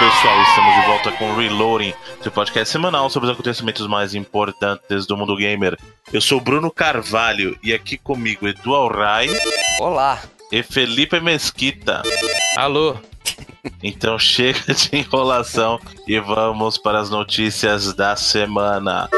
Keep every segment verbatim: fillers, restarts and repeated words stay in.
pessoal, estamos de volta com o Reloading, seu podcast semanal sobre os acontecimentos mais importantes do mundo gamer. Eu sou Bruno Carvalho e aqui comigo Edu Alray. Olá. E Felipe Mesquita. Alô. Então chega de enrolação e vamos para as notícias da semana.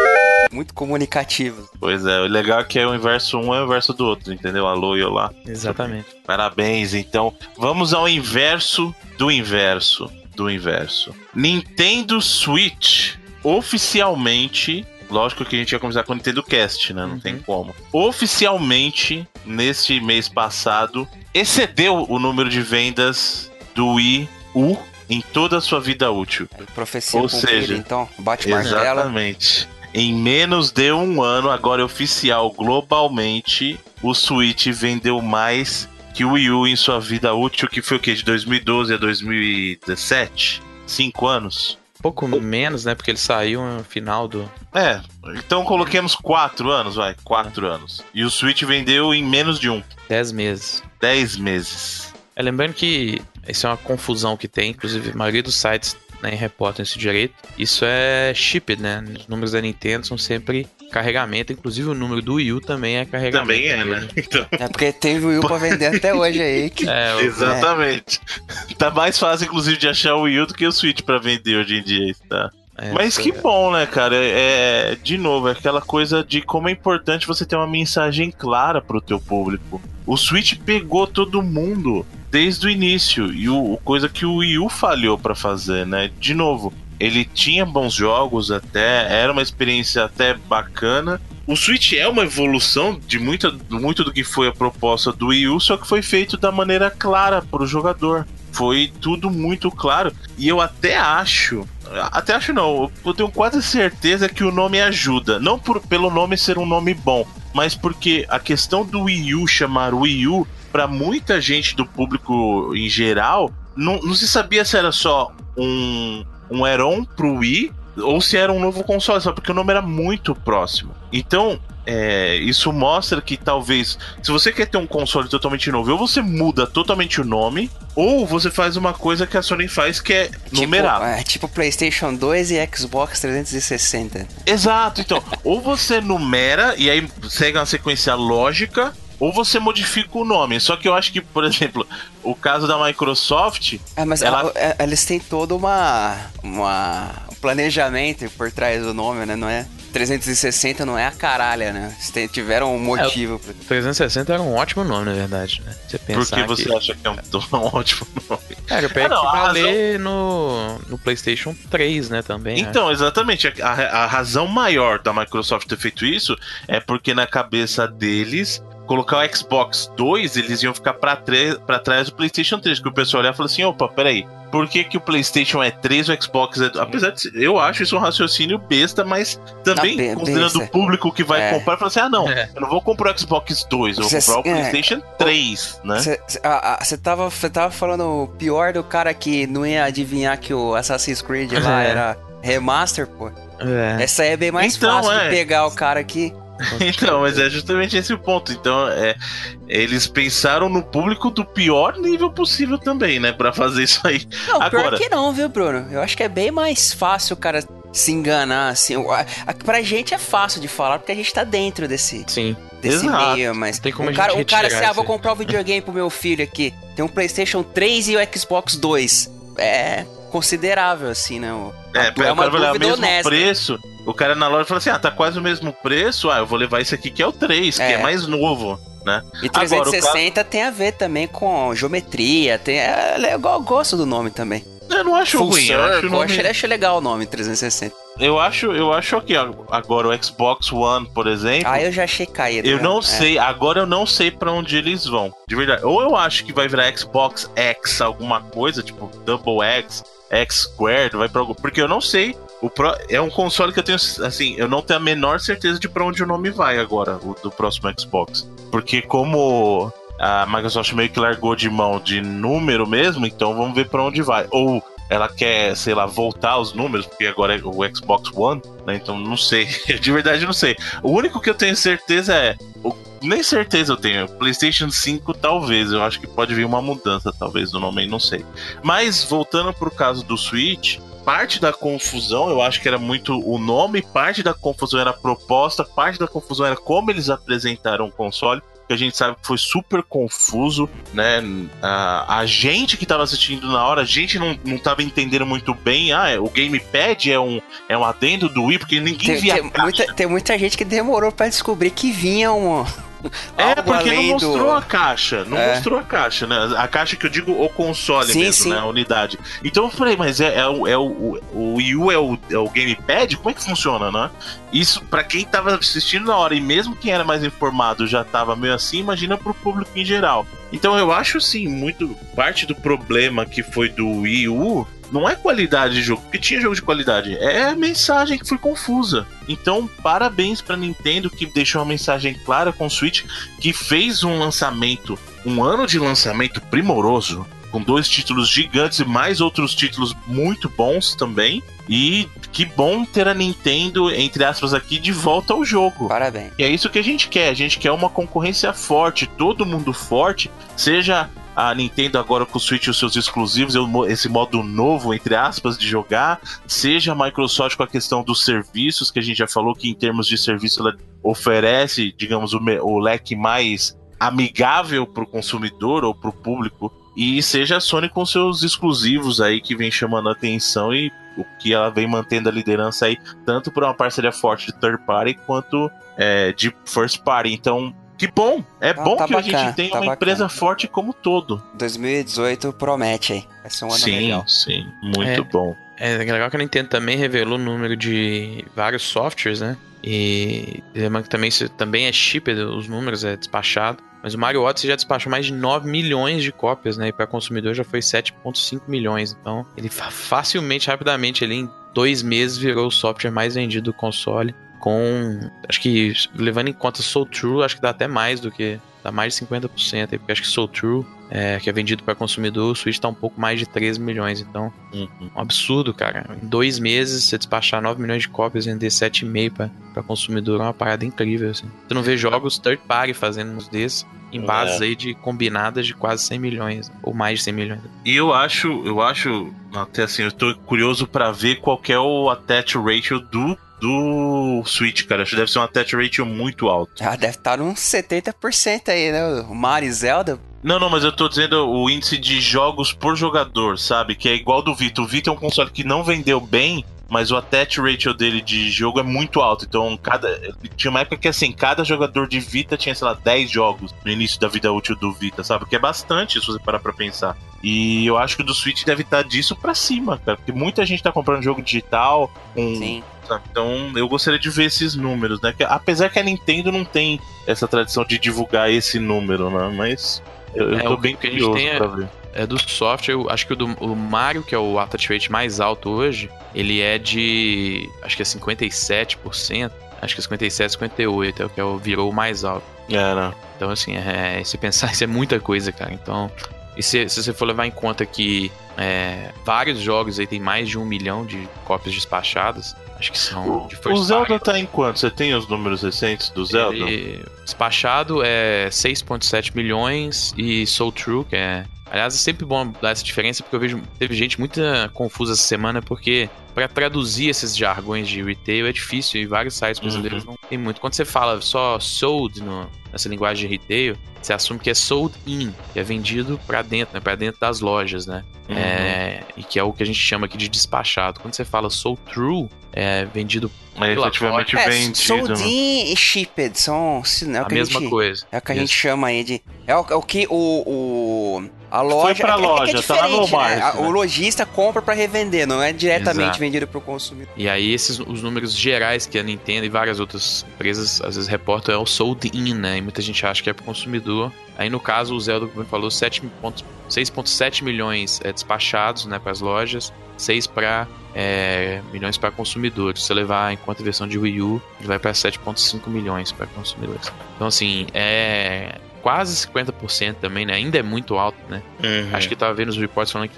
Muito comunicativo. Pois é, o legal é que é o inverso um é o inverso do outro, entendeu? Alô e olá. Exatamente. Parabéns, então vamos ao inverso do inverso do inverso. Nintendo Switch oficialmente, lógico que a gente ia começar com o Nintendo Cast, né? Não uhum. tem como. Oficialmente, neste mês passado, excedeu o número de vendas do Wii U em toda a sua vida útil. Profecia Ou cumprida, seja, então, bate martelo. Exatamente. Em menos de um ano, agora é oficial globalmente, o Switch vendeu mais que o Wii U em sua vida útil, que foi o quê? De dois mil e doze a dois mil e dezessete? Cinco anos? Pouco menos, né? Porque ele saiu no final do... É, então coloquemos quatro anos, vai. Quatro anos. E o Switch vendeu em menos de um. Dez meses. Dez meses. É, lembrando que isso é uma confusão que tem, inclusive a maioria dos sites, né, reportam isso direito. Isso é shipped, né? Os números da Nintendo são sempre carregamento, inclusive o número do Wii U também é carregamento. Também é, né? Então... É porque teve o Wii U pra vender até hoje aí. Que... É, exatamente. É. Tá mais fácil, inclusive, de achar o Wii U do que o Switch pra vender hoje em dia, tá? É, Mas que é. bom, né, cara? É, é, de novo, é aquela coisa de como é importante você ter uma mensagem clara pro teu público. O Switch pegou todo mundo desde o início, e o coisa que o Wii U falhou pra fazer, né? De novo, ele tinha bons jogos até, era uma experiência até bacana. O Switch é uma evolução de muita, muito do que foi a proposta do Wii U, só que foi feito da maneira clara pro jogador. Foi tudo muito claro. E eu até acho... Até acho não, eu tenho quase certeza que o nome ajuda. Não por, pelo nome ser um nome bom, mas porque a questão do Wii U chamar Wii U, pra muita gente do público em geral, não, não se sabia se era só um, um add-on pro Wii ou se era um novo console, só porque o nome era muito próximo. Então... É, isso mostra que talvez, se você quer ter um console totalmente novo, ou você muda totalmente o nome, ou você faz uma coisa que a Sony faz, que é tipo, numerar. É tipo PlayStation dois e Xbox trezentos e sessenta. Exato, então, ou você numera e aí segue uma sequência lógica, ou você modifica o nome. Só que eu acho que, por exemplo, o caso da Microsoft... É, mas ela... a, a, eles têm todo uma, uma, um planejamento por trás do nome, né? Não é... trezentos e sessenta não é a caralha, né? Eles tiveram um motivo. É, trezentos e sessenta era um ótimo nome, na verdade, né? Você pensar Por que você que... acha que é um, um ótimo nome? É, eu pego ah, não, que valer razão... no, no PlayStation três, né, também. Então, acho. exatamente. A, a razão maior da Microsoft ter feito isso é porque na cabeça deles... Colocar o Xbox dois, eles iam ficar pra, tre- pra trás do PlayStation três. Que o pessoal olhar e fala assim: opa, peraí, por que, que o PlayStation é três e o Xbox é. Apesar de eu acho isso um raciocínio besta, mas também não, considerando besta. o público que vai é. comprar, fala assim: ah, não, é. eu não vou comprar o Xbox dois, eu vou cê, comprar o é. PlayStation três, né? Você tava, tava falando o pior do cara que não ia adivinhar que o Assassin's Creed lá é. era remaster, pô. É. Essa aí é bem mais então, fácil é. de pegar o cara aqui. Então, mas é justamente esse o ponto. Então, é, eles pensaram no público do pior nível possível também, né? Pra fazer isso aí. Não, Agora, pior que não, viu, Bruno? Eu acho que é bem mais fácil o cara se enganar, assim. Pra gente é fácil de falar, porque a gente tá dentro desse, Sim. desse Exato. meio, mas tem como o cara, o cara assim, ah, vou esse... comprar um videogame pro meu filho aqui. Tem um PlayStation três e o Xbox dois. É considerável, assim, né? O, é, é uma dúvida o mesmo honesta. preço. O cara na loja fala assim: ah, tá quase o mesmo preço. Ah, eu vou levar esse aqui que é o três, é. que é mais novo, né? E trezentos e sessenta Agora, caso... tem a ver também com geometria, tem, é, é, eu gosto do nome também. Eu não acho Full ruim, circle, eu acho, nome... acho, acho legal o nome trezentos e sessenta. Eu acho, eu acho que agora o Xbox One, por exemplo... Ah, eu já achei caído. Eu né? não é. sei, agora eu não sei pra onde eles vão, de verdade. Ou eu acho que vai virar Xbox X alguma coisa, tipo Double X, X Squared, vai pra algum... Porque eu não sei, o pro... é um console que eu tenho, assim, eu não tenho a menor certeza de pra onde o nome vai agora, o do próximo Xbox. Porque como a Microsoft meio que largou de mão de número mesmo, então vamos ver pra onde vai. Ou... ela quer, sei lá, voltar os números, porque agora é o Xbox One, né? Então não sei, de verdade não sei. O único que eu tenho certeza é, nem certeza eu tenho. PlayStation cinco, talvez. Eu acho que pode vir uma mudança, talvez, no nome aí, não sei. Mas, voltando pro caso do Switch, parte da confusão, eu acho que era muito o nome, parte da confusão era a proposta, parte da confusão era como eles apresentaram o console. Que a gente sabe que foi super confuso, né? A, a gente que tava assistindo na hora, a gente não, não tava entendendo muito bem. Ah, o gamepad é um, é um adendo do Wii, porque ninguém tem, via tem muita, tem muita gente que demorou pra descobrir que vinha um... É, porque não mostrou do... a caixa. Não é. mostrou a caixa, né? A caixa que eu digo, o console sim, mesmo, sim. né? A unidade. Então eu falei, mas é, é, o, é o, o Wii U é o, é o gamepad? Como é que funciona, né? Isso, pra quem tava assistindo na hora, e mesmo quem era mais informado já tava meio assim, imagina pro público em geral. Então eu acho, assim, muito... Parte do problema que foi do Wii U... Não é qualidade de jogo, porque tinha jogo de qualidade. É a mensagem que foi confusa. Então, parabéns pra Nintendo, que deixou uma mensagem clara com o Switch, que fez um lançamento, um ano de lançamento primoroso, com dois títulos gigantes e mais outros títulos muito bons também. E que bom ter a Nintendo, entre aspas aqui, de volta ao jogo. Parabéns. E é isso que a gente quer. A gente quer uma concorrência forte, todo mundo forte, seja... A Nintendo agora com o Switch e os seus exclusivos, esse modo novo, entre aspas, de jogar, seja a Microsoft com a questão dos serviços, que a gente já falou que em termos de serviço ela oferece, digamos, o, o leque mais amigável para o consumidor ou para o público, e seja a Sony com seus exclusivos aí que vem chamando a atenção e o que ela vem mantendo a liderança aí, tanto por uma parceria forte de third party quanto é, de first party. Então, que bom! É ah, bom tá que bacana, a gente tenha tá uma bacana. empresa forte como todo. dois mil e dezoito promete aí. Vai ser um ano sim, legal. Sim, sim. Muito é, bom. É legal que a Nintendo também revelou o número de vários softwares, né? E lembrando que também, também é shipped, os números, é despachado. Mas o Mario Odyssey já despachou mais de nove milhões de cópias, né? E para consumidor já foi sete vírgula cinco milhões. Então, ele facilmente, rapidamente, ali em dois meses virou o software mais vendido do console. Com, acho que, levando em conta Soul True, acho que dá até mais do que, dá mais de cinquenta por cento, porque acho que Soul True, é, que é vendido para consumidor, o Switch tá um pouco mais de treze milhões, então, uhum. um absurdo, cara. Em dois meses, você despachar nove milhões de cópias e vender sete vírgula cinco para consumidor é uma parada incrível, assim. Você não vê jogos third party fazendo uns desses, em bases é. aí de combinadas de quase cem milhões, ou mais de cem milhões. E eu acho, eu acho, até assim, eu tô curioso para ver qual que é o attach ratio do do Switch, cara. Acho que deve ser um attach ratio muito alto. Ah, deve estar uns setenta por cento aí, né? O Mario e Zelda. Não, não, mas eu tô dizendo o índice de jogos por jogador, sabe? Que é igual do Vita. O Vita é um console que não vendeu bem, mas o attach ratio dele de jogo é muito alto. Então, cada tinha uma época que, assim, cada jogador de Vita tinha, sei lá, dez jogos no início da vida útil do Vita, sabe? Que é bastante, se você parar pra pensar. E eu acho que o do Switch deve estar disso pra cima, cara. Porque muita gente tá comprando jogo digital, um... Sim. Então eu gostaria de ver esses números, né? Que, apesar que a Nintendo não tem essa tradição de divulgar esse número, né? Mas eu, eu é, tô bem curioso é, pra ver. É do software, eu acho que o do o Mario, que é o attach rate mais alto hoje, ele é de, acho que é cinquenta e sete por cento, acho que é cinquenta e sete, cinquenta e oito, é o que é o, virou o mais alto. É, né? Então assim, é, se pensar, isso é muita coisa, cara. Então, e se, se você for levar em conta que é, vários jogos aí tem mais de um milhão de cópias despachadas, acho que são o, de O Zelda tá em quanto? Você tem os números recentes do Zelda? Ele, despachado é seis vírgula sete milhões e Soul True, que é... Aliás, é sempre bom dar essa diferença, porque eu vejo teve gente muito confusa essa semana, porque para traduzir esses jargões de retail é difícil e vários sites brasileiros uhum. não tem muito. Quando você fala só sold no, nessa linguagem de retail, você assume que é sold in, que é vendido para dentro, né, para dentro das lojas, né? Uhum. É, e que é o que a gente chama aqui de despachado. Quando você fala sold through, é vendido é efetivamente é, vendido. Sold in e shipped são é a, a mesma gente, coisa. É o que a Isso. gente chama aí de é o, é o que o, o a loja foi pra é, loja, é, é tá lá no Walmart, né? né? O lojista compra para revender, não é diretamente Exato. vendido para o consumidor. E aí esses os números gerais que a Nintendo e várias outras empresas às vezes reportam é o sold in, né? E muita gente acha que é para o consumidor. Aí no caso o Zelda, como falou, seis vírgula sete milhões é, despachados, né, para as lojas, seis para é, milhões para consumidores. Se você levar em conta a versão de Wii U, ele vai para sete vírgula cinco milhões para consumidores. Então assim, é quase cinquenta por cento também, né? Ainda é muito alto, né? Uhum. Acho que tava vendo os reports falando que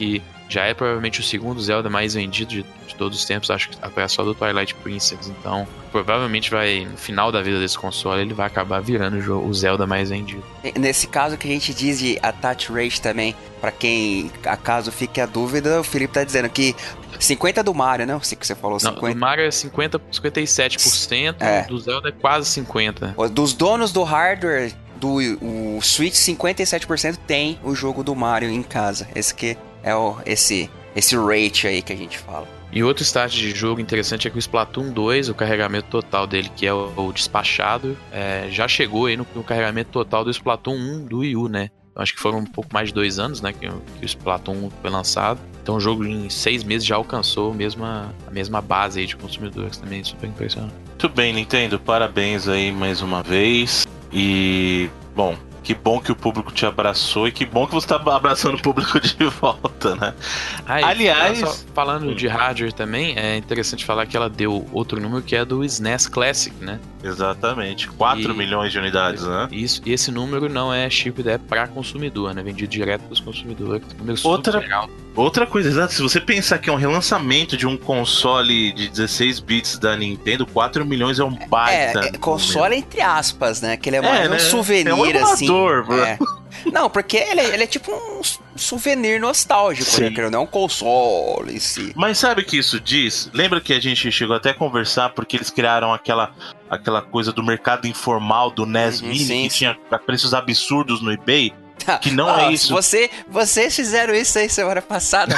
Já é provavelmente o segundo Zelda mais vendido de, de todos os tempos, acho que atrás só do Twilight Princess. Então, provavelmente vai, no final da vida desse console, ele vai acabar virando o, jogo, o Zelda mais vendido. Nesse caso que a gente diz de attach rate também, pra quem acaso fique a dúvida, o Felipe tá dizendo que cinquenta do Mario, né? Que você falou cinquenta. Não, do Mario é cinquenta, cinquenta e sete por cento, é. Do Zelda é quase cinquenta por cento. Dos donos do hardware do o Switch, cinquenta e sete por cento tem o jogo do Mario em casa. Esse que é o, esse, esse rate aí que a gente fala. E outro start de jogo interessante é que o Splatoon dois, o carregamento total dele, que é o, o despachado, é, já chegou aí no, no carregamento total do Splatoon um do Wii U, né? Então, acho que foram um pouco mais de dois anos, né, que, que o Splatoon um foi lançado. Então o jogo em seis meses já alcançou a mesma, a mesma base aí de consumidores, também super impressionante. Muito bem, Nintendo, parabéns aí mais uma vez. E, bom, que bom que o público te abraçou e que bom que você tá abraçando o público de volta, né? Ah, Aliás... Só falando de hardware também, é interessante falar que ela deu outro número que é do S N E S Classic, né? Exatamente, quatro milhões de unidades, né? Isso, e esse número não é chip, é para consumidor, né? Vendido direto para os consumidores. Número outra, super alto. outra coisa, exato, se você pensar que é um relançamento de um console de dezesseis bits da Nintendo, quatro milhões é um baita. É, é console entre aspas, né? Que ele é mais é, um né? souvenir, é um emulador, assim. É. Não, porque ele é, ele é tipo um souvenir nostálgico, né? Não é um console em si. Mas sabe o que isso diz? Lembra que a gente chegou até a conversar porque eles criaram aquela, aquela coisa do mercado informal do N E S uhum, Mini, sim, que sim. tinha preços absurdos no eBay? Que não oh, é isso. Você, vocês fizeram isso aí semana passada.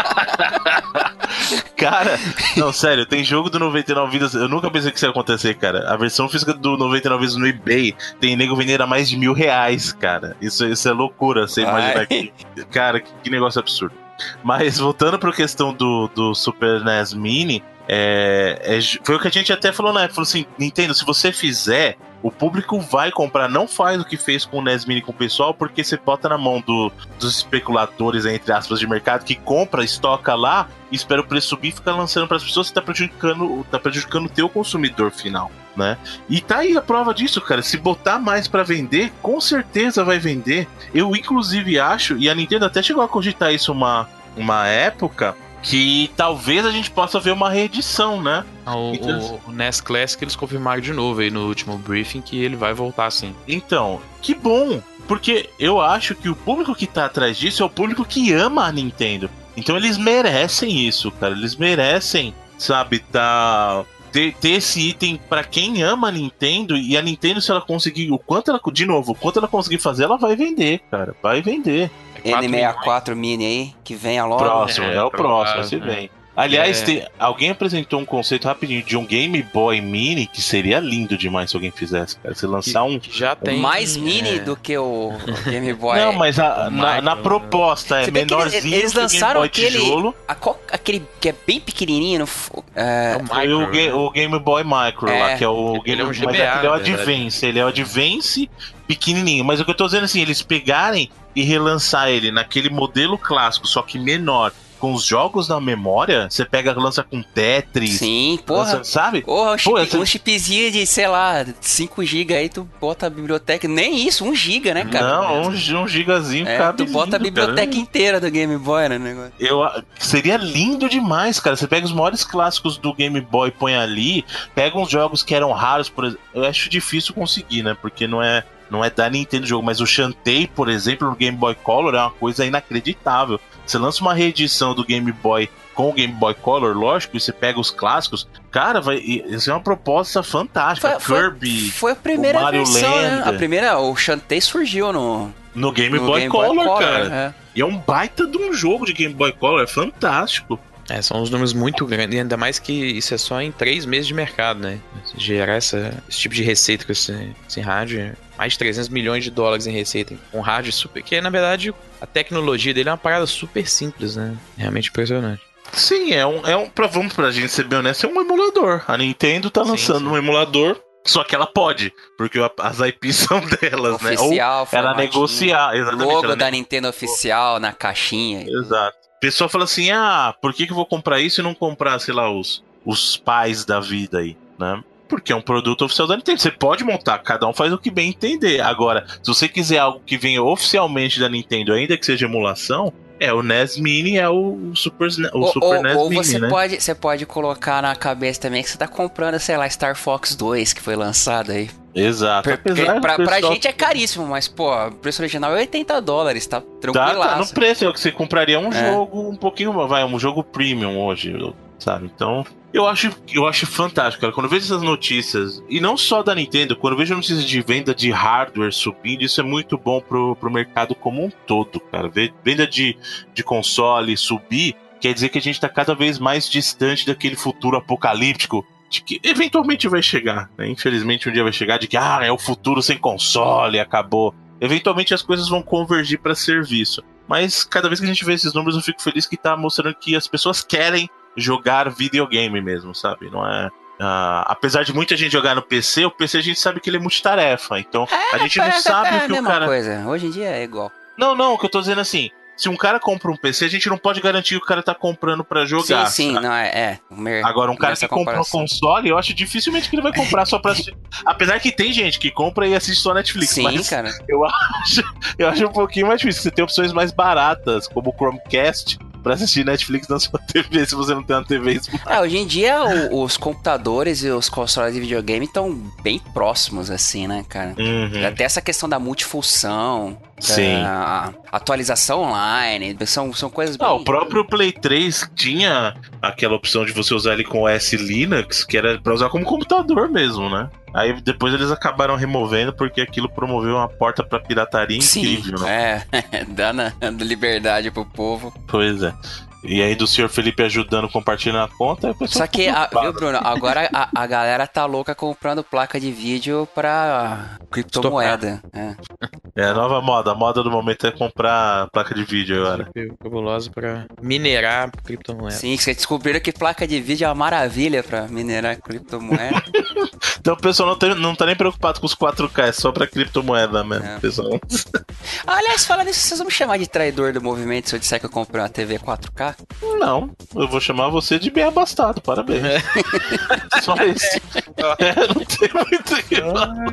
Cara, não, sério, tem jogo do noventa e nove vidas. Eu nunca pensei que isso ia acontecer, cara. A versão física do noventa e nove vidas no eBay tem nego vendendo a mais de mil reais, cara. Isso, isso é loucura, você imaginar que. Cara, que, que negócio absurdo. Mas voltando pra questão do, do Super N E S Mini, é, é, foi o que a gente até falou na época. Falou assim: Nintendo, se você fizer, o público vai comprar. Não faz o que fez com o N E S Mini com o pessoal, porque você bota na mão do, dos especuladores, entre aspas, de mercado, que compra, estoca lá, espera o preço subir e fica lançando para as pessoas. Você tá prejudicando, tá prejudicando o teu consumidor final, né? E tá aí a prova disso, cara. Se botar mais para vender, com certeza vai vender. Eu, inclusive, acho, e a Nintendo até chegou a cogitar isso uma, uma época, que talvez a gente possa ver uma reedição, né? O, então, o, o N E S Classic eles confirmaram de novo aí no último briefing que ele vai voltar sim. Então, que bom, porque eu acho que o público que tá atrás disso é o público que ama a Nintendo. Então eles merecem isso, cara. Eles merecem, sabe, tá... Ter, ter esse item pra quem ama a Nintendo. E a Nintendo, se ela conseguir, o quanto ela, de novo, o quanto ela conseguir fazer, ela vai vender, cara. Vai vender. N sessenta e quatro Mini aí, que venha logo. Próximo, é, é o próximo, se é. vem. Aliás, é. tem, alguém apresentou um conceito rapidinho de um Game Boy Mini que seria lindo demais se alguém fizesse, cara. Você lançar que, um... Que já tem, mais mini é. do que o Game Boy. Não, mas a, na, Micro, na proposta é menorzinho eles, eles lançaram que o Game Boy aquele, tijolo. A, aquele que é bem pequenininho. No, é, foi o, né? o Game Boy Micro é. lá, que é o Game Boy. Mas ele é o Advance, ele é o Advance pequenininho. Mas o que eu tô dizendo assim, eles pegarem e relançar ele naquele modelo clássico, só que menor, com os jogos na memória, você pega, lança com Tetris. Sim, porra. Lança, sabe? Porra, um, chip, Pô, essa... um chipzinho de, sei lá, cinco gigas aí, tu bota a biblioteca. Nem isso, um giga, né, cara? Não, um, um gigazinho, é, cabe tu bota lindo, a biblioteca cara. inteira do Game Boy, né, negócio? Eu, seria lindo demais, cara. Você pega os maiores clássicos do Game Boy, põe ali, pega uns jogos que eram raros, por exemplo. Eu acho difícil conseguir, né? Porque não é. Não é da Nintendo jogo, mas o Shantae, por exemplo, no Game Boy Color é uma coisa inacreditável. Você lança uma reedição do Game Boy com o Game Boy Color, lógico, e você pega os clássicos, cara, vai, isso é uma proposta fantástica. Foi, Kirby, foi, foi a primeira o Mario versão, Land. Né? A primeira, o Shantae surgiu no... No Game, no Boy, Game Color, Boy Color, cara. É. E é um baita de um jogo de Game Boy Color, é fantástico. É, são uns números muito grandes, e ainda mais que isso é só em três meses de mercado, né? Gerar essa, esse tipo de receita com esse, esse rádio, mais de trezentos milhões de dólares em receita com um rádio super, que na verdade a tecnologia dele é uma parada super simples, né? Realmente impressionante. Sim, é um, é um pra, vamos pra gente ser bem honesto, é um emulador. A Nintendo tá lançando sim, sim. um emulador, só que ela pode, porque as I Ps são delas, oficial, né? Ou ela negociar, exatamente. Logo ela da nego... Nintendo oficial na caixinha. Exato. O pessoal fala assim, ah, por que que eu vou comprar isso e não comprar, sei lá, os, os pais da vida aí, né? Porque é um produto oficial da Nintendo. Você pode montar, cada um faz o que bem entender. Agora, se você quiser algo que venha oficialmente da Nintendo, ainda que seja emulação, É, o N E S Mini é o Super, o ou, Super ou, N E S ou Mini, você né? pode, você pode colocar na cabeça também que você tá comprando, sei lá, Star Fox dois, que foi lançado aí. Exato. Porque Apesar pra, do pra pessoal... gente é caríssimo, mas, pô, o preço original é oitenta dólares, tá Tá, tranquilaço. tá no preço, é o que você compraria um É. jogo um pouquinho, vai, um jogo premium hoje, sabe? Então, eu acho, eu acho fantástico, cara. Quando eu vejo essas notícias, e não só da Nintendo, quando eu vejo notícias de venda de hardware subindo, isso é muito bom pro, pro mercado como um todo, cara. Venda de, de console subir, quer dizer que a gente tá cada vez mais distante daquele futuro apocalíptico de que eventualmente vai chegar, né? Infelizmente um dia vai chegar de que, ah, é o futuro sem console, acabou. Eventualmente as coisas vão convergir para serviço. Mas cada vez que a gente vê esses números, eu fico feliz que tá mostrando que as pessoas querem jogar videogame mesmo, sabe? Não é... Uh, apesar de muita gente jogar no P C, o P C a gente sabe que ele é multitarefa. Então É, a gente não é, sabe é o que a mesma o cara... coisa. Hoje em dia é igual. Não, não, o que eu tô dizendo assim... Se um cara compra um P C, a gente não pode garantir que o cara tá comprando pra jogar. Sim, sim, sabe? não, é, é. Mer... Agora, um cara que compra um console, eu acho dificilmente que ele vai comprar só pra assistir. Apesar que tem gente que compra e assiste só Netflix. Sim, mas cara. Eu acho, eu acho um pouquinho mais difícil. Você tem opções mais baratas, como o Chromecast, pra assistir Netflix na sua T V, se você não tem uma T V Smart. É, hoje em dia o, os computadores e os consoles de videogame estão bem próximos, assim, né, cara? Uhum. Até essa questão da multifunção, Sim. da atualização online, são, são coisas bem... Ah, o próprio Play três tinha aquela opção de você usar ele com O S Linux, que era pra usar como computador mesmo, né? Aí depois eles acabaram removendo porque aquilo promoveu uma porta pra pirataria incrível, Sim, né? é, dá na, liberdade pro povo. Pois é. E aí do senhor Felipe ajudando, compartilhando a conta, a pessoa... Só que, a, viu, Bruno, agora a, a galera tá louca comprando placa de vídeo pra criptomoeda. É. é a nova moda, a moda do momento é comprar placa de vídeo agora. Fabulosa pra minerar criptomoeda. Sim, vocês descobriram que placa de vídeo é uma maravilha pra minerar criptomoeda. Então o pessoal não, tem, não tá nem preocupado com os quatro K, é só pra criptomoeda mesmo, é. Pessoal. Aliás, falando nisso, vocês vão me chamar de traidor do movimento se eu disser que eu comprei uma T V quatro K? Não, eu vou chamar você de bem abastado, parabéns. É. Só isso. É, não tem muito o que falar.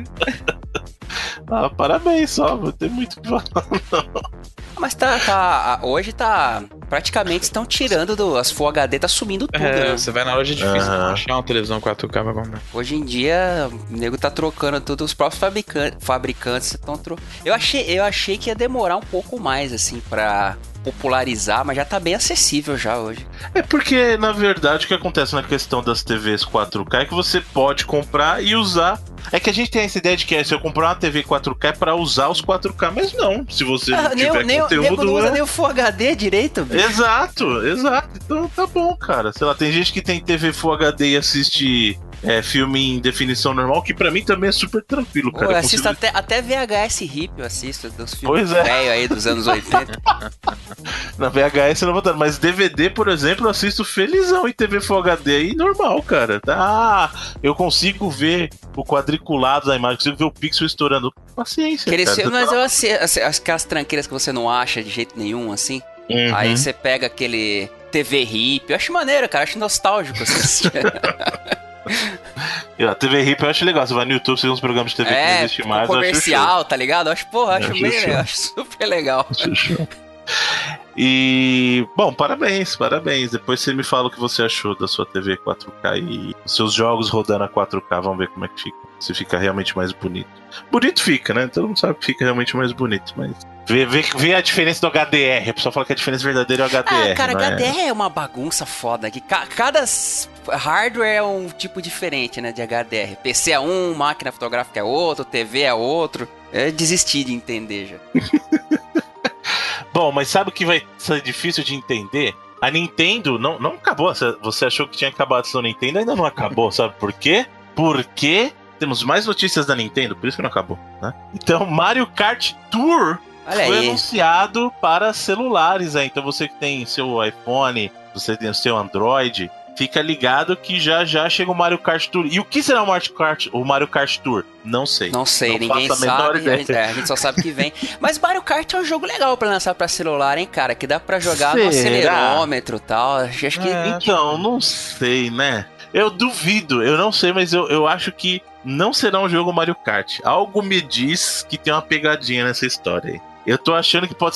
Ah, parabéns só, não tem muito o que falar, não. Mas tá, tá, hoje tá, praticamente estão tirando do, as Full H D, tá sumindo tudo, é, né? Você vai na loja, é difícil uhum. achar uma televisão quatro K pra comprar. Hoje em dia, o nego tá trocando tudo, os próprios fabricantes, fabricantes estão trocando. Eu achei, eu achei que ia demorar um pouco mais, assim, pra popularizar, mas já tá bem acessível já hoje. É porque, na verdade, o que acontece na questão das T Vs quatro K é que você pode comprar e usar. É que a gente tem essa ideia de que é, se eu comprar uma T V quatro K é pra usar os quatro K, mas não, se você ah, não tiver nem, conteúdo... Nem, não usa é... nem o Full H D direito, bicho. Exato, exato. Então tá bom, cara. Sei lá, tem gente que tem T V Full H D e assiste é, filme em definição normal, que pra mim também é super tranquilo, cara. Pô, eu eu assisto consigo... até, até V H S hip, eu assisto dos filmes velhos é. aí dos anos oitenta. Na V H S eu não vou dar, mas D V D, por exemplo, eu assisto felizão em T V Full H D aí, normal, cara. Ah, eu consigo ver o quadriculado da imagem, consigo ver o pixel estourando. Paciência, Aquele cara. Filme, mas eu assisto aquelas tranqueiras que você não acha de jeito nenhum, assim. Uhum. Aí você pega aquele T V hip, eu acho maneiro, cara, eu acho nostálgico assistir. A T V hip eu acho legal, você vai no YouTube, você vê uns programas de T V é, que não existe mais. comercial, tá ligado? Eu acho, porra, eu acho, acho, bem, eu acho super legal. E, bom, parabéns, parabéns. Depois você me fala o que você achou da sua T V quatro K e os seus jogos rodando a quatro K, vamos ver como é que fica. Se fica realmente mais bonito. Bonito fica, né? Todo mundo sabe que fica realmente mais bonito, mas... Vê, vê, vê a diferença do H D R. A pessoa fala que a diferença verdadeira é o H D R. Ah, cara, não H D R é? é uma bagunça foda. Que ca- cada hardware é um tipo diferente, né, de H D R. P C é um, máquina fotográfica é outro, T V é outro. Eu desisti de entender já. Bom, mas sabe o que vai ser difícil de entender? A Nintendo não, não acabou. Você achou que tinha acabado a sua Nintendo, ainda não acabou. Sabe por quê? Porque temos mais notícias da Nintendo, por isso que não acabou, né? Então, Mario Kart Tour Olha foi aí. anunciado para celulares aí. Então você que tem seu iPhone, você tem o seu Android, fica ligado que já já chega o Mario Kart Tour. E o que será o Mario Kart, o Mario Kart Tour? Não sei. Não sei, não ninguém faço a menor sabe. ideia. A gente, é, a gente só sabe que vem. Mas Mario Kart é um jogo legal pra lançar pra celular, hein, cara? Que dá pra jogar Será? no acelerômetro e tal. Acho que. É, então, não sei, né? Eu duvido, eu não sei, mas eu, eu acho que não será um jogo Mario Kart. Algo me diz que tem uma pegadinha nessa história aí. Eu tô achando que pode ser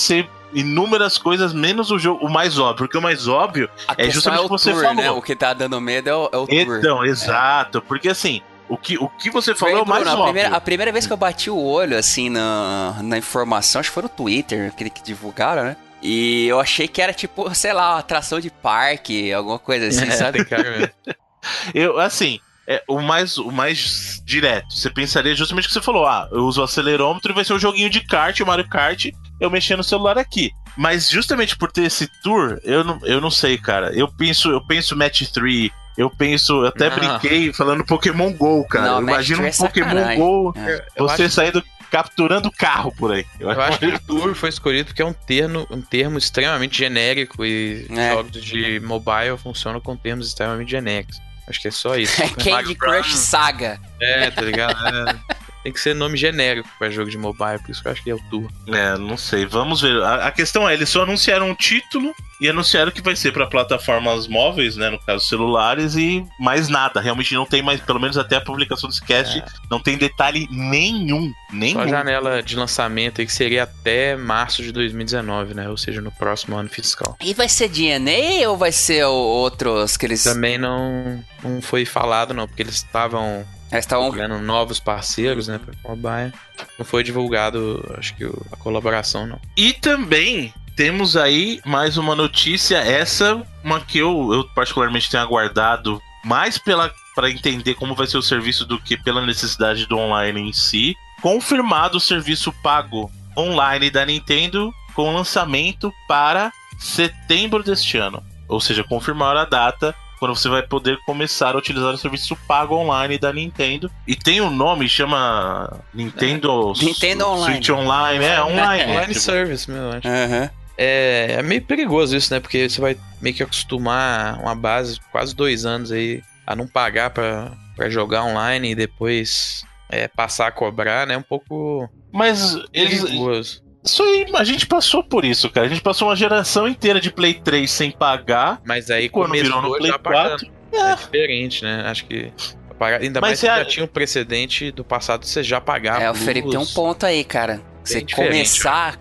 inúmeras coisas, menos o jogo, o mais óbvio. Porque o mais óbvio a é justamente é o o que você tour, falou. Né? O que tá dando medo é o, é o tour. Então, exato. É. Porque assim, o que, o que você falou é o mais Bruno, óbvio. A primeira, a primeira vez que eu bati o olho, assim, na, na informação, acho que foi no Twitter, aquele que divulgaram, né? E eu achei que era tipo, sei lá, uma atração de parque, alguma coisa assim, é, sabe? Cara, eu, assim, é, o, mais, o mais direto, você pensaria justamente o que você falou. Ah, eu uso o acelerômetro e vai ser um joguinho de kart, o Mario Kart, eu mexendo no celular aqui. Mas justamente por ter esse tour, eu não, eu não sei, cara. Eu penso, eu penso Match três, eu penso, eu até não. brinquei falando Pokémon GO, cara. Não, Imagina um é Pokémon GO, é. você acho... saindo capturando carro por aí. Eu, eu acho que o Tour foi escolhido porque é um termo, um termo extremamente genérico e é. jogos de mobile funcionam com termos extremamente genéricos. Acho que é só isso. Candy Crush Saga. É, tá ligado? É. Tem que ser nome genérico para jogo de mobile, por isso que eu acho que é o Tour. É, não sei. Vamos ver. A, a questão é, eles só anunciaram um título e anunciaram que vai ser para plataformas móveis, né, no caso celulares, e mais nada. Realmente não tem mais, pelo menos até a publicação desse cast, é. não tem detalhe nenhum. Nenhum. Só a janela de lançamento aí que seria até março de dois mil e dezenove, né? Ou seja, no próximo ano fiscal. E vai ser D N A ou vai ser outros que eles... Também não, não foi falado, não, porque eles estavam... Eles estavam vendo novos parceiros, né, para mobile. Não foi divulgado, acho que a colaboração, não. E também temos aí mais uma notícia, essa uma que eu, eu particularmente tenho aguardado mais pela para entender como vai ser o serviço do que pela necessidade do online em si. Confirmado o serviço pago online da Nintendo com lançamento para setembro deste ano. Ou seja, confirmaram a data quando você vai poder começar a utilizar o serviço pago online da Nintendo. E tem um nome, chama Nintendo, é. Nintendo Online. Switch Online, é online. Online tipo. Service, meu, acho. Uhum. É, é meio perigoso isso, né? Porque você vai meio que acostumar uma base, quase dois anos aí, a não pagar pra, pra jogar online e depois é, passar a cobrar, né? Um pouco Mas eles... perigoso. Isso aí, a gente passou por isso, cara. A gente passou uma geração inteira de Play três sem pagar. Mas aí quando virou no Play quatro. É. é diferente, né? Acho que. Ainda Mas mais que a... já tinha um precedente do passado, você já pagava. É, o Felipe tem um ponto aí, cara. Você começar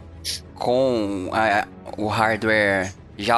com a, o hardware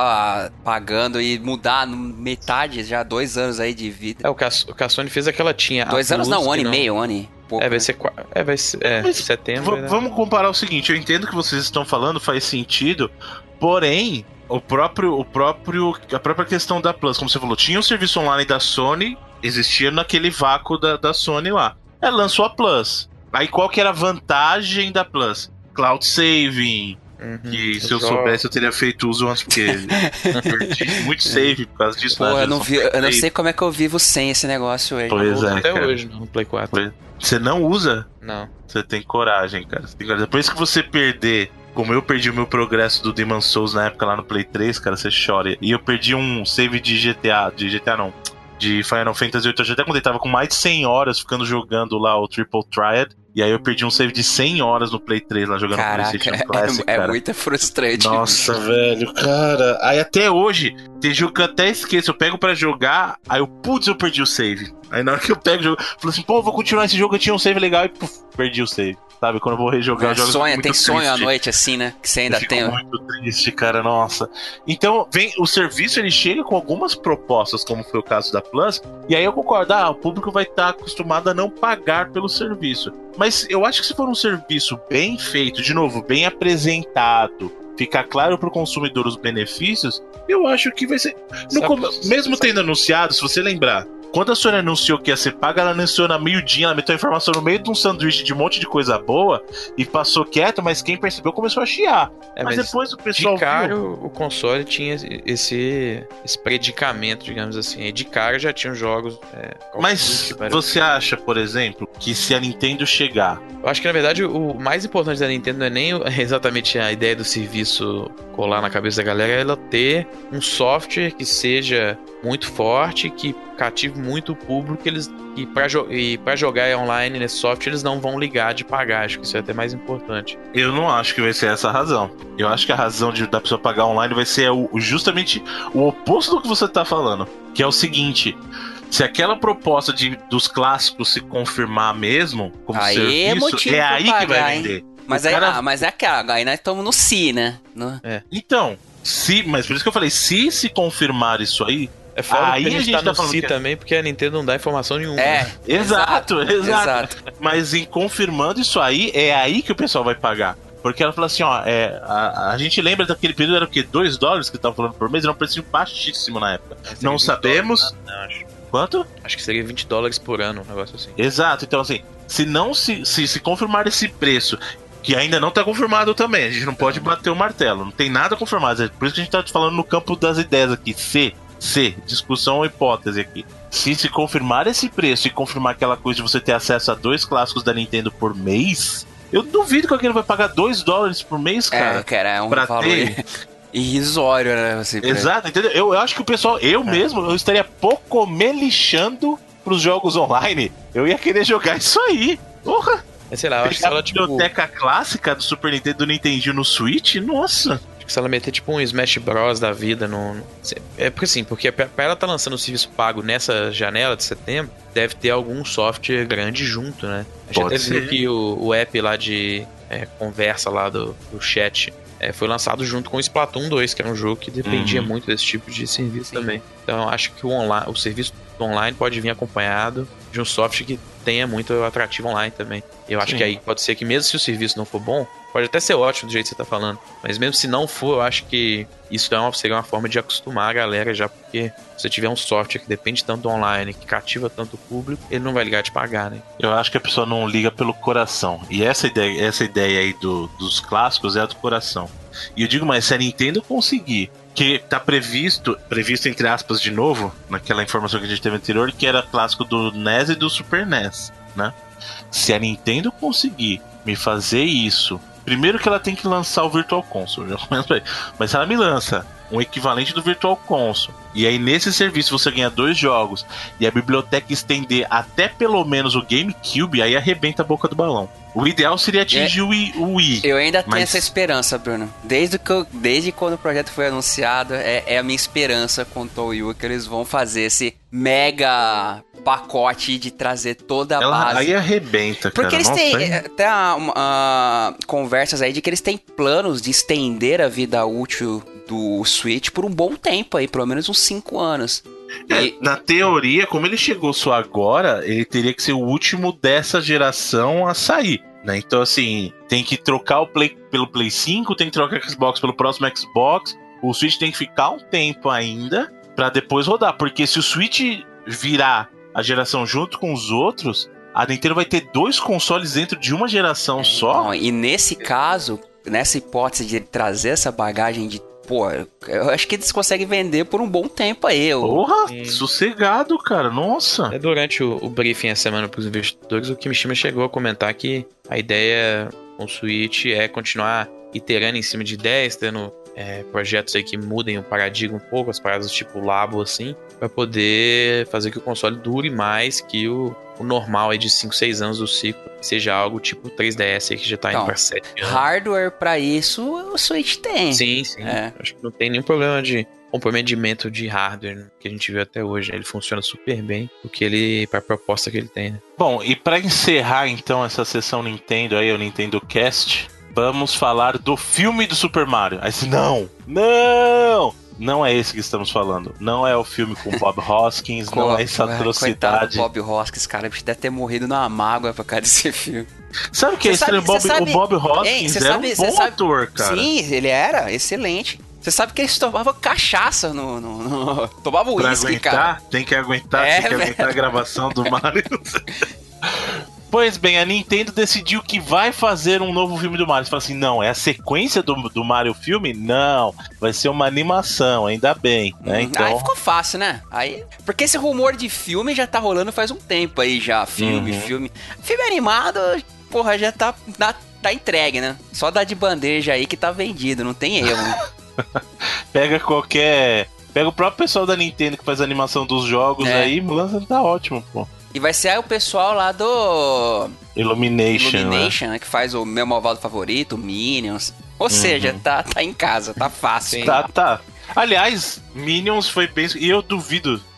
já pagando e mudar metade, já dois anos aí de vida. É, o que a, o que a Sony fez é que ela tinha. Dois anos não, um ano e meio, um ano e pouco. É, vai ser, é, vai ser é, Mas setembro. V- né? Vamos comparar o seguinte, eu entendo que vocês estão falando, faz sentido, porém, o próprio, o próprio, a própria questão da Plus, como você falou, tinha um serviço online da Sony, existia naquele vácuo da, da Sony lá. Ela lançou a Plus. Aí qual que era a vantagem da Plus? Cloud saving, uhum, que se eu jogos. soubesse eu teria feito uso antes, porque eu perdi muito save por causa disso. Pô, eu não, vi, eu não sei como é que eu vivo sem esse negócio hoje. Pois é, até cara. hoje no Play quatro. Pois... Você não usa? Não. Você tem coragem, cara. Você tem coragem. Depois que você perder, como eu perdi o meu progresso do Demon's Souls na época lá no Play três, cara, você chora. E eu perdi um save de G T A, de G T A não, de Final Fantasy oito, eu até quando ele tava com mais de cem horas ficando jogando lá o Triple Triad. E aí eu perdi um save de cem horas no Play três lá jogando Caraca, PlayStation Classic, é, cara. É muito frustrante. Nossa, velho, cara. Aí até hoje, tem jogo que eu até esqueço. Eu pego pra jogar, aí eu, putz, eu perdi o save. Aí na hora que eu pego o jogo, eu falo assim, pô, vou continuar esse jogo, eu tinha um save legal e puf, perdi o save. Sabe, quando eu vou rejogar, é, eu jogo sonha, muito tem triste. sonho à noite assim, né? Que você ainda eu tem. Fico muito triste, cara, nossa. Então, vem, o serviço ele chega com algumas propostas, como foi o caso da Plus, e aí eu concordo, ah, o público vai estar acostumado a não pagar pelo serviço. Mas eu acho que se for um serviço bem feito, de novo, bem apresentado, ficar claro pro consumidor os benefícios, eu acho que vai ser. No com... Mesmo tendo anunciado, se você lembrar, quando a Sony anunciou que ia ser paga, ela anunciou na meio-dia, ela meteu a informação no meio de um sanduíche de um monte de coisa boa e passou quieto, mas quem percebeu começou a chiar. É, mas, mas depois o pessoal de cara viu. O console tinha esse, esse predicamento, digamos assim. E de cara já tinham jogos. É, mas você acha, por exemplo, que se a Nintendo chegar... Eu acho que na verdade o mais importante da Nintendo não é nem exatamente a ideia do serviço colar na cabeça da galera, é ela ter um software que seja muito forte, que cative muito o público, eles, e para jo jogar online nesse software eles não vão ligar de pagar. Acho que isso é até mais importante. Eu não acho que vai ser essa a razão. Eu acho que a razão de da pessoa pagar online vai ser o, justamente o oposto do que você tá falando, que é o seguinte: se aquela proposta de, dos clássicos se confirmar mesmo como aí serviço, é, é aí pagar, que vai vender. Mas aí, cara... ah, mas é aquela, aí nós estamos no si, né? No... É. Então, se, mas por isso que eu falei, se se confirmar isso aí, é foda aí que a gente, a gente tá, tá no si que... também, porque a Nintendo não dá informação nenhuma. É, né? exato, exato, exato. Mas em confirmando isso aí, é aí que o pessoal vai pagar. Porque ela falou assim, ó, é, a, a gente lembra daquele período, era o quê? dois dólares que estavam falando por mês? Era um preço baixíssimo na época. Não sabemos... Dólares, não, acho. Quanto? Acho que seria vinte dólares por ano, um negócio assim. Exato, então assim, se não se, se, se confirmar esse preço, que ainda não tá confirmado também, a gente não pode bater o martelo, não tem nada confirmado, é por isso que a gente tá falando no campo das ideias aqui, se, se, discussão ou hipótese aqui. Se se confirmar esse preço e confirmar aquela coisa de você ter acesso a dois clássicos da Nintendo por mês, eu duvido que alguém vai pagar dois dólares por mês, cara. É, cara, é um pra valor ter... irrisório, né? Assim, exato, entendeu? Eu, eu acho que o pessoal, eu é. mesmo, eu estaria pouco me lixando pros jogos online. Eu ia querer jogar isso aí. Porra! É, sei lá, eu acho que ela, tipo... A biblioteca clássica do Super Nintendo, do Nintendinho no Switch, nossa! Acho que se ela meter tipo um Smash Bros da vida no... É porque assim, porque pra ela tá lançando o serviço pago nessa janela de setembro, deve ter algum software grande junto, né? A gente até viu que o, o app lá de é, conversa lá do, do chat é, foi lançado junto com o Splatoon dois, que era um jogo que dependia uhum. muito desse tipo de serviço Sim. também. Então eu acho que o, online, o serviço online pode vir acompanhado de um software que tenha muito atrativo online também. Eu acho Sim. que aí pode ser que mesmo se o serviço não for bom, pode até ser ótimo do jeito que você tá falando, mas mesmo se não for, eu acho que isso é uma, seria uma forma de acostumar a galera já, porque se você tiver um software que depende tanto do online, que cativa tanto o público, ele não vai ligar de pagar, né? Eu acho que a pessoa não liga pelo coração. E essa ideia, essa ideia aí do, dos clássicos é a do coração. E eu digo mais, se a Nintendo conseguir, que tá previsto, previsto entre aspas de novo, naquela informação que a gente teve anterior, que era clássico do N E S e do Super N E S, né? Se a Nintendo conseguir me fazer isso, primeiro que ela tem que lançar o Virtual Console, mas se ela me lança um equivalente do Virtual Console, e aí nesse serviço você ganha dois jogos, e a biblioteca estender até pelo menos o GameCube, aí arrebenta a boca do balão. O ideal seria atingir é, o, Wii, o Wii. Eu ainda tenho mas... essa esperança, Bruno. Desde, que eu, desde quando o projeto foi anunciado, é, é a minha esperança quanto ao Wii, que eles vão fazer esse mega pacote de trazer toda a Ela, base. Aí arrebenta, cara. Porque eles Nossa, têm até uh, conversas aí de que eles têm planos de estender a vida útil do Switch por um bom tempo aí, pelo menos uns cinco anos. É, e... Na teoria, como ele chegou só agora, ele teria que ser o último dessa geração a sair, né? Então, assim, tem que trocar o Play pelo Play cinco, tem que trocar o Xbox pelo próximo Xbox, o Switch tem que ficar um tempo ainda pra depois rodar, porque se o Switch virar a geração junto com os outros, a Nintendo vai ter dois consoles dentro de uma geração é, só. Não, e nesse caso, nessa hipótese de trazer essa bagagem de pô, eu acho que eles conseguem vender por um bom tempo aí. Eu... Porra, Sim. sossegado, cara, nossa. É, durante o, o briefing essa semana pros investidores, o Kimishima chegou a comentar que a ideia com o Switch é continuar iterando em cima de ideias, tendo é, projetos aí que mudem o paradigma um pouco, as paradas tipo Labo, assim, pra poder fazer que o console dure mais que o, o normal aí de cinco, seis anos do ciclo, seja algo tipo três D S aí que já tá então, indo pra sete anos. Hardware pra isso o Switch tem. Sim, sim. É. Acho que não tem nenhum problema de comprometimento de hardware que a gente viu até hoje. Ele funciona super bem do que ele, pra proposta que ele tem, né? Bom, e pra encerrar então essa sessão Nintendo aí, o Nintendo Cast, vamos falar do filme do Super Mario. Aí você, não, não! Não é esse que estamos falando. Não é o filme com Bob Hoskins, Co- não é essa atrocidade. Bob Hoskins, cara, ele deve ter morrido numa mágoa por causa desse filme. Sabe o que é estranho? Bob, sabe, o Bob Hoskins era sabe, um bom sabe, ator, cara. Sim, ele era excelente. Você sabe que eles tomavam cachaça no... no, no tomavam uísque, cara. Tem que aguentar, é, tem que aguentar a gravação do Mario. Pois bem, a Nintendo decidiu que vai fazer um novo filme do Mario. Você fala assim, não, é a sequência do, do Mario filme? Não, vai ser uma animação, ainda bem, né? Hum, então... Aí ficou fácil, né? Aí, porque esse rumor de filme já tá rolando faz um tempo aí já. Filme, uhum. filme. Filme animado, porra, já tá, tá, tá entregue, né? Só dá de bandeja aí que tá vendido, não tem erro. Pega qualquer... Pega o próprio pessoal da Nintendo que faz a animação dos jogos é. aí, lança, tá ótimo, pô. E vai ser aí o pessoal lá do... Illumination, Illumination, né? né? Que faz o meu malvado favorito, Minions. Ou uhum. seja, tá, tá em casa, tá fácil. Hein? Tá, tá. Aliás, Minions foi bem... E eu duvido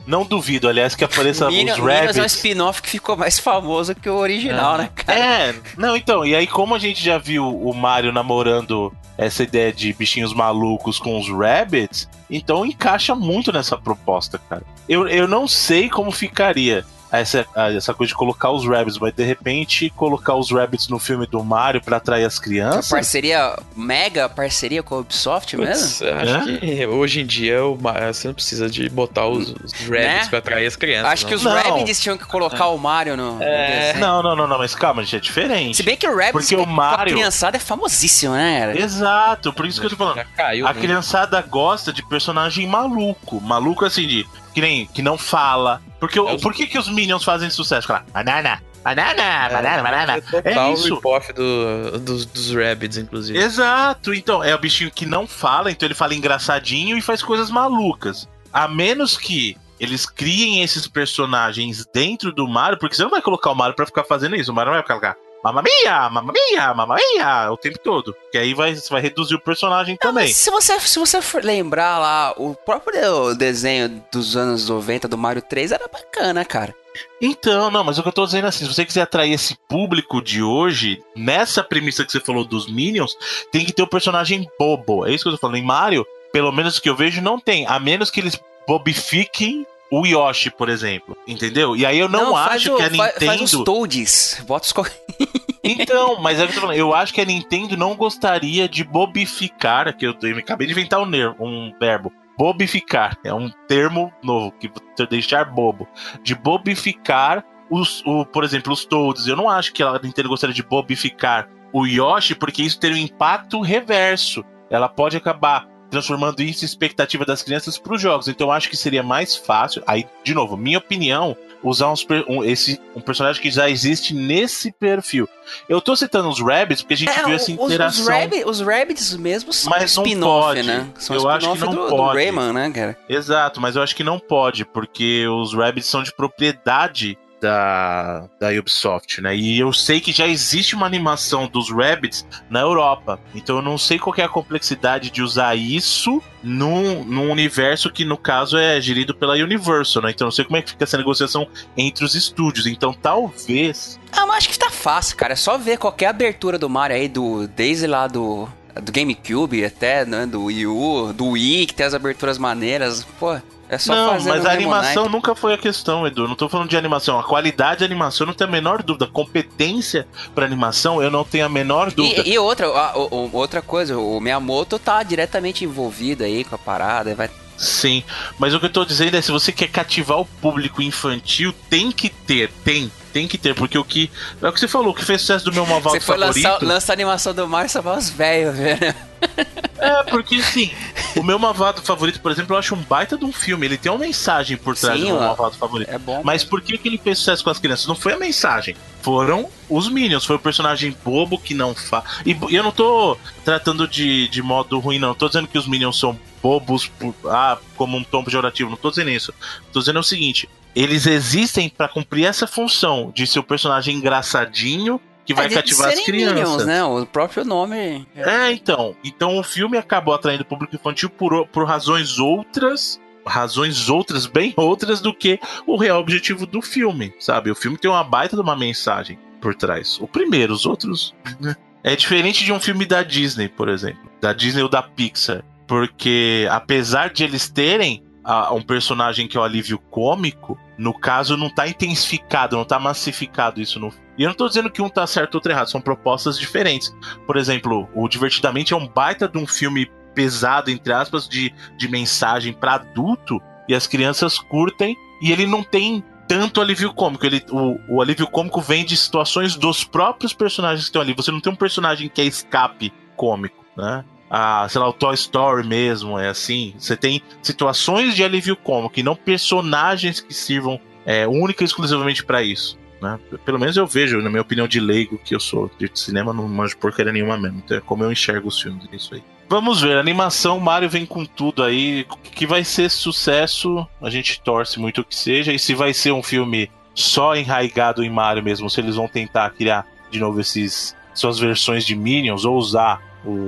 não duvido, aliás, que apareça Minion, os Rabbids. Minions é um spin-off que ficou mais famoso que o original, Ah. né, cara? É, não, então, e aí como a gente já viu o Mario namorando essa ideia de bichinhos malucos com os Rabbids, então encaixa muito nessa proposta, cara. Eu, eu não sei como ficaria essa, essa coisa de colocar os Rabbids, mas de repente colocar os Rabbids no filme do Mario pra atrair as crianças. Parceria, mega parceria com a Ubisoft mesmo? Putz, eu acho É? que hoje em dia o Ma- você não precisa de botar os, os Rabbids Né? pra atrair as crianças. Acho que não. os Não. Rabbids tinham que colocar o Mario no, no É. desenho. Não, não, não, não, mas calma, gente, é diferente. Se bem que o Rabbids Porque o com a Mario- criançada é famosíssimo, né, cara? Exato, por isso que eu tô falando. Já caiu, A né? criançada gosta de personagem maluco. Maluco assim, de que nem que não fala. Porque o- É os- por que, que os Minions fazem sucesso? Fala, banana, banana, banana, banana. É total É isso. rip-off do, dos, dos Rabbids, inclusive. Exato, então, é o bichinho que não fala, então ele fala engraçadinho e faz coisas malucas. A menos que eles criem esses personagens dentro do Mario, porque você não vai colocar o Mario pra ficar fazendo isso. O Mario não vai colocar Mamma mia, mamma mia, mamma mia o tempo todo. Que aí vai, você vai reduzir o personagem também. Mas se você, se você for lembrar lá, o próprio desenho dos anos noventa do Mario três era bacana, cara. Então, não, mas o que eu tô dizendo é assim, se você quiser atrair esse público de hoje, nessa premissa que você falou dos Minions, tem que ter o personagem bobo. É isso que eu tô falando. Em Mario, pelo menos que eu vejo, não tem. A menos que eles bobifiquem o Yoshi, por exemplo. Entendeu? E aí eu não, faz acho o- que a fa- Nintendo... Faz os Toads, bota os... co- Então, mas é o que eu tô falando. Eu acho que a Nintendo não gostaria de bobificar, que eu, eu acabei de inventar um, ner- um verbo. Bobificar. É um termo novo, que deixar bobo. De bobificar, os, o, por exemplo, os Toads. Eu não acho que a Nintendo gostaria de bobificar o Yoshi, porque isso teria um impacto reverso. Ela pode acabar transformando isso em expectativa das crianças para os jogos. Então eu acho que seria mais fácil, aí, de novo, minha opinião, usar uns per- um, esse, um personagem que já existe nesse perfil. Eu tô citando os Rabbids porque a gente viu essa os, interação. os, Rabbi- os Rabbids mesmo são Mas não spin-off, pode. né? São Eu acho que spin-off não do, do pode. Rayman, né, cara? Exato, mas eu acho que não pode, porque os Rabbids são de propriedade da, da Ubisoft, né? E eu sei que já existe uma animação dos Rabbids na Europa. Então eu não sei qual que é a complexidade de usar isso num, num universo que, no caso, é gerido pela Universal, né? Então eu não sei como é que fica essa negociação entre os estúdios. Então talvez... Ah, mas acho que tá fácil, cara. É só ver qualquer abertura do Mario aí, do, desde lá do, do GameCube até, né, do Wii U, do Wii, que tem as aberturas maneiras. Pô, é só não, fazer mas no a mesmo animação naipe. nunca foi a questão, Edu. Não tô falando de animação. A qualidade da animação não tem a menor dúvida. Competência pra animação, eu não tenho a menor dúvida. E, e outra, a- o- o- outra coisa, o Miyamoto tá diretamente envolvido aí com a parada, vai... Sim, mas o que eu tô dizendo é, se você quer cativar o público infantil, tem que ter, tem, tem que ter, porque o que, é o que você falou, o que fez sucesso do meu malvado Você foi favorito... lançar, lança a animação do Mario, só vai os velhos, velho. É, porque assim, o meu malvado favorito, por exemplo, eu acho um baita de um filme, ele tem uma mensagem por trás Sim, do meu ó. malvado favorito. É bom. Mas por que, que ele fez sucesso com as crianças? Não foi a mensagem, foram os Minions, foi o personagem bobo que não faz. E e eu não tô tratando de, de modo ruim, não. Tô dizendo que os Minions são bobos por, ah, como um tom pejorativo, não tô dizendo isso. Tô dizendo o seguinte: eles existem pra cumprir essa função de ser o personagem engraçadinho que vai É, de cativar as serem crianças. Minions, né? O próprio nome. É, então. Então o filme acabou atraindo o público infantil por, por razões outras. Razões outras, bem outras do que o real objetivo do filme, sabe? O filme tem uma baita de uma mensagem por trás. O primeiro, os outros. né? É diferente de um filme da Disney, por exemplo. Da Disney ou da Pixar. Porque apesar de eles terem ah, um personagem que é o alívio cômico, no caso não tá intensificado, não tá massificado isso no filme. E eu não tô dizendo que um tá certo ou outro errado, são propostas diferentes. Por exemplo, o Divertidamente é um baita de um filme pesado, entre aspas, de, de mensagem pra adulto, e as crianças curtem, e ele não tem tanto alívio cômico. Ele, o, o alívio cômico vem de situações dos próprios personagens que estão ali. Você não tem um personagem que é escape cômico, né? Ah, sei lá, o Toy Story mesmo, é assim. Você tem situações de alívio cômico e não personagens que sirvam é, única e exclusivamente pra isso. Né? Pelo menos eu vejo, na minha opinião de leigo que eu sou, de cinema não manjo porcaria nenhuma mesmo, então é como eu enxergo os filmes, é isso aí. Vamos ver, a animação, Mario vem com tudo aí, que vai ser sucesso, a gente torce muito que seja, e se vai ser um filme só enraigado em Mario mesmo, se eles vão tentar criar de novo esses suas versões de Minions, ou usar o,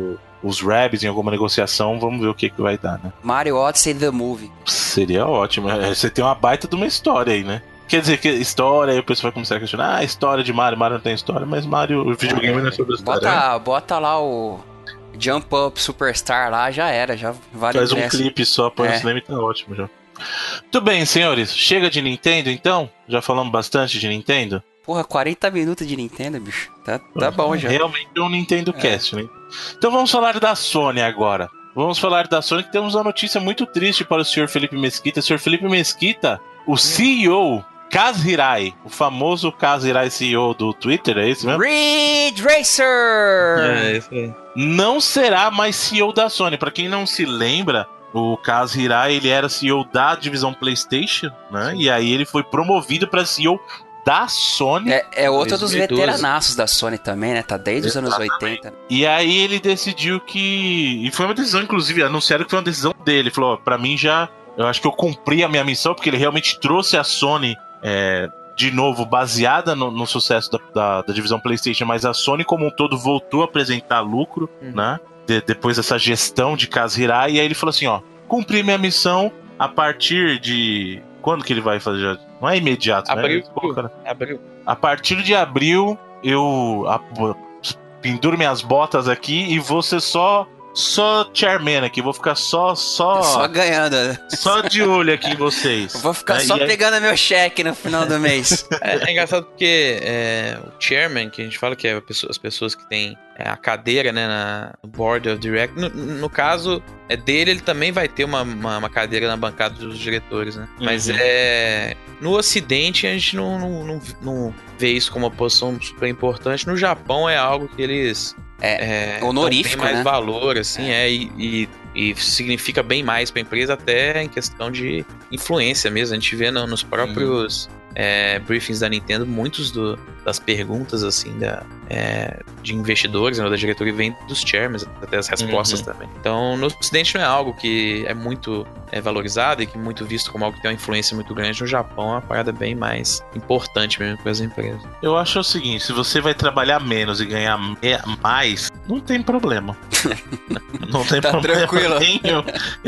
os Rabbids em alguma negociação, vamos ver o que, que vai dar, né? Mario Odyssey The Movie. Seria ótimo. Você tem uma baita de uma história aí, né? Quer dizer, que história, aí o pessoal vai começar a questionar, ah, história de Mario, Mario não tem história, mas Mario, o videogame não é sobre a história. Bota, né? bota lá o Jump Up Superstar lá, já era, já vale. Faz um clipe só, põe no cinema e tá ótimo já. Tudo bem, senhores, chega de Nintendo então? Já falamos bastante de Nintendo? Porra, quarenta minutos de Nintendo, bicho. Tá, tá bom já. Realmente é um Nintendo é. Cast, né? Então vamos falar da Sony agora. Vamos falar da Sony, que temos uma notícia muito triste para o senhor Felipe Mesquita. O senhor Felipe Mesquita, o C E O Kaz Hirai, o famoso Kaz Hirai C E O do Twitter, é esse mesmo? Ridge Racer! É, isso aí. Não será mais C E O da Sony. Pra quem não se lembra, o Kaz Hirai, ele era C E O da divisão PlayStation, né? Sim. E aí ele foi promovido para C E O da Sony. É, é outro dos veteranaços da Sony também, né? Tá desde os anos oitenta. E aí ele decidiu que... E foi uma decisão, inclusive, anunciaram que foi uma decisão dele. Ele falou, ó, pra mim já... Eu acho que eu cumpri a minha missão, porque ele realmente trouxe a Sony... É, de novo, baseada no, no sucesso da, da, da divisão PlayStation, mas a Sony como um todo voltou a apresentar lucro, uhum. né? De, depois dessa gestão de Kaz Hirai, e aí ele falou assim, ó, cumpri minha missão a partir de... Quando que ele vai fazer? Não é imediato, abril, né? Pô, cara, abril. A partir de abril, eu a, penduro minhas botas aqui e vou ser só... Só chairman aqui, vou ficar só... Só, só ganhando. Só de olho aqui em vocês. Vou ficar é, só pegando aí... meu cheque no final do mês. É, é engraçado porque é, o chairman, que a gente fala que é a pessoa, as pessoas que têm é, a cadeira, né, na no board of directors, no, no caso é dele, ele também vai ter uma, uma, uma cadeira na bancada dos diretores, né? Uhum. Mas é... No Ocidente a gente não, não, não, não vê isso como uma posição super importante. No Japão é algo que eles... É, é honorífico, tem mais né? valor, assim, é, é e, e, e significa bem mais pra empresa, até em questão de influência mesmo. A gente vê no, nos próprios uhum. é, briefings da Nintendo, muitos do, das perguntas, assim, da, é, de investidores, né, da diretoria, vem dos chairmans, até as respostas uhum. também. Então, no Ocidente não é algo que é muito é, valorizado e que é muito visto como algo que tem uma influência muito grande. No Japão é uma parada bem mais importante mesmo para as empresas. Eu acho o seguinte, se você vai trabalhar menos e ganhar mais, não tem problema. Não tem tá problema tranquilo. nenhum.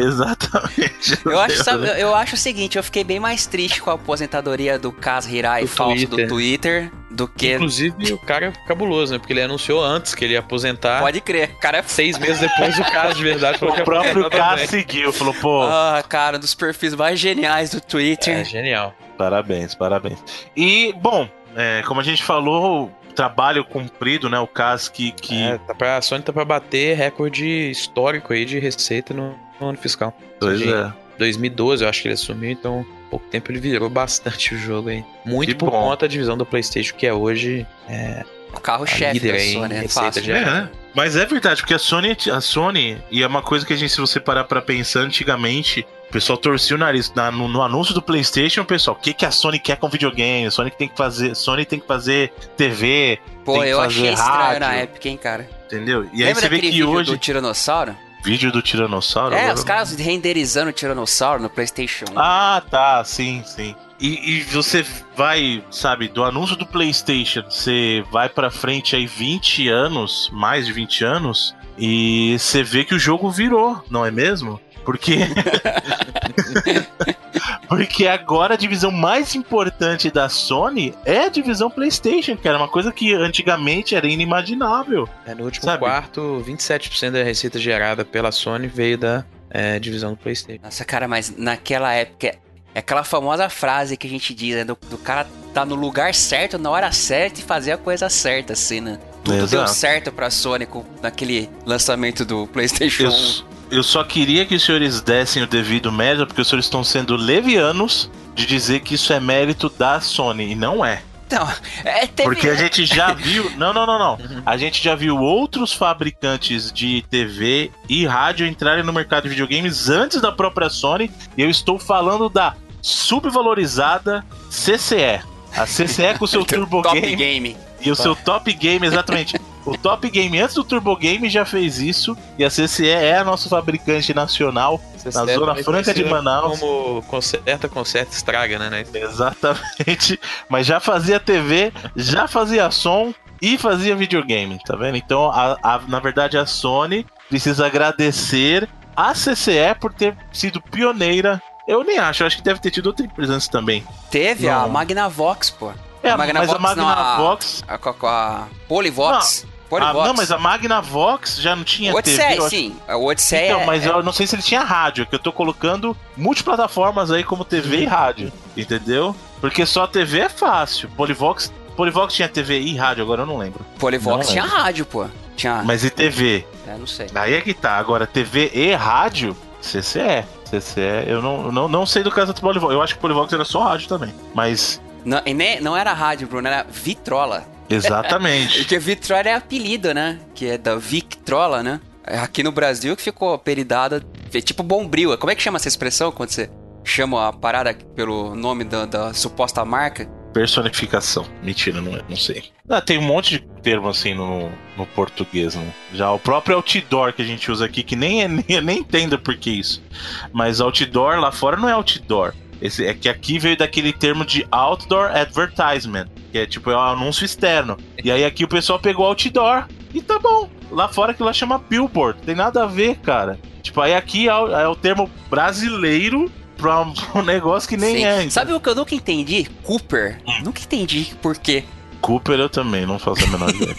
Exatamente. Eu acho, sabe, eu acho o seguinte, eu fiquei bem mais triste com a aposentadoria do Kaz Hirai do falso Twitter. do Twitter do que... Inclusive o cara é cabuloso, né? Porque ele anunciou antes que ele ia aposentar. Pode crer, o cara é... Seis meses depois o Kaz de verdade falou o que próprio Kaz seguiu, falou, pô... Ah, cara, um dos perfis mais geniais do Twitter. É, genial. Parabéns, parabéns. E, bom, é, como a gente falou... Trabalho cumprido, né? O Kaz que... que... É, tá pra, a Sony tá pra bater recorde histórico aí de receita no, no ano fiscal. Pois de é. dois mil e doze eu acho que ele assumiu, então pouco tempo ele virou bastante o jogo aí. Muito que por bom. conta da divisão do PlayStation, que é hoje é, o carro-chefe da Sony, é fácil. De... É, mas é verdade, porque a Sony, a Sony, e é uma coisa que a gente, se você parar pra pensar, antigamente... O pessoal torcia o nariz. Na, no, no anúncio do PlayStation, o pessoal, o que, que a Sony quer com videogame? A Sony tem que fazer, Sony tem que fazer T V, Pô, tem que eu fazer achei rádio. estranho na época, hein, cara. Entendeu? E Lembra aí você vê que vídeo hoje... do Tiranossauro? Vídeo do Tiranossauro? É, agora... os caras renderizando o Tiranossauro no PlayStation um. Ah, tá, sim, sim. E, e você vai, sabe, do anúncio do PlayStation, você vai pra frente aí vinte anos, mais de vinte anos, e você vê que o jogo virou, não é mesmo? Porque... Porque agora a divisão mais importante da Sony é a divisão PlayStation, que era uma coisa que antigamente era inimaginável. É, no último sabe? quarto, vinte e sete por cento da receita gerada pela Sony veio da é, divisão do PlayStation. Nossa, cara, mas naquela época... É aquela famosa frase que a gente diz, né? Do, do cara tá no lugar certo, na hora certa e fazer a coisa certa, assim, né? Tudo Exato. Deu certo pra Sony com, naquele lançamento do PlayStation eu, um. Eu só queria que os senhores dessem o devido mérito, porque os senhores estão sendo levianos de dizer que isso é mérito da Sony, e não é. Não, é teve... Porque a gente já viu... Não, não, não, não. A gente já viu outros fabricantes de T V e rádio entrarem no mercado de videogames antes da própria Sony, e eu estou falando da subvalorizada C C E. A C C E com o seu Turbo Top Game, Game. E o seu Top Game, exatamente. O Top Game antes do Turbo Game já fez isso. E a C C E é a nossa fabricante nacional C C E na Zona Franca de Manaus. Como conserta, conserta, estraga, né? Exatamente. Mas já fazia T V, já fazia som e fazia videogame, tá vendo? Então, a, a, na verdade, a Sony precisa agradecer a C C E por ter sido pioneira. Eu nem acho, eu acho que deve ter tido outra empresa antes também. Teve não. a Magnavox, pô. É, a Magnavox, mas a Magnavox... Não, a, a, a Polivox. Não. Ah, não, mas a Magnavox já não tinha o Odisseia, T V. sim. O Odisseia então, mas é... eu não sei se ele tinha rádio, que eu tô colocando multiplataformas aí como T V e rádio, entendeu? Porque só T V é fácil. Polivox, Polivox tinha T V e rádio, agora eu não lembro. Polivox não tinha lembro. rádio, pô. Tinha... Mas e T V? É, não sei. Aí é que tá. Agora, T V e rádio, C C E. C C E, eu não, não, não sei do caso do Polivox. Eu acho que o Polivox era só rádio também, mas... Não, e nem, não era rádio, Bruno, era Vitrola. Exatamente. Porque Vitrola é apelido, né? Que é da Victrola, né? Aqui no Brasil que ficou apelidada, é tipo Bombril. Como é que chama essa expressão quando você chama a parada pelo nome da, da suposta marca? Personificação. Mentira, não, é, não sei. Ah, tem um monte de termo assim no, no português, né? Já o próprio outdoor que a gente usa aqui, que nem, é, nem, eu nem entendo por que isso. Mas outdoor lá fora não é outdoor. Esse, é que aqui veio daquele termo de outdoor advertisement, que é tipo é um anúncio externo. E aí aqui o pessoal pegou outdoor e tá bom. Lá fora que lá chama billboard. Tem nada a ver, cara. Tipo, aí aqui é o, é o termo brasileiro pra um negócio que nem Sim. é. Então. Sabe o que eu nunca entendi? Cooper. Hum. Nunca entendi por quê. Cooper eu também, não faço a menor ideia.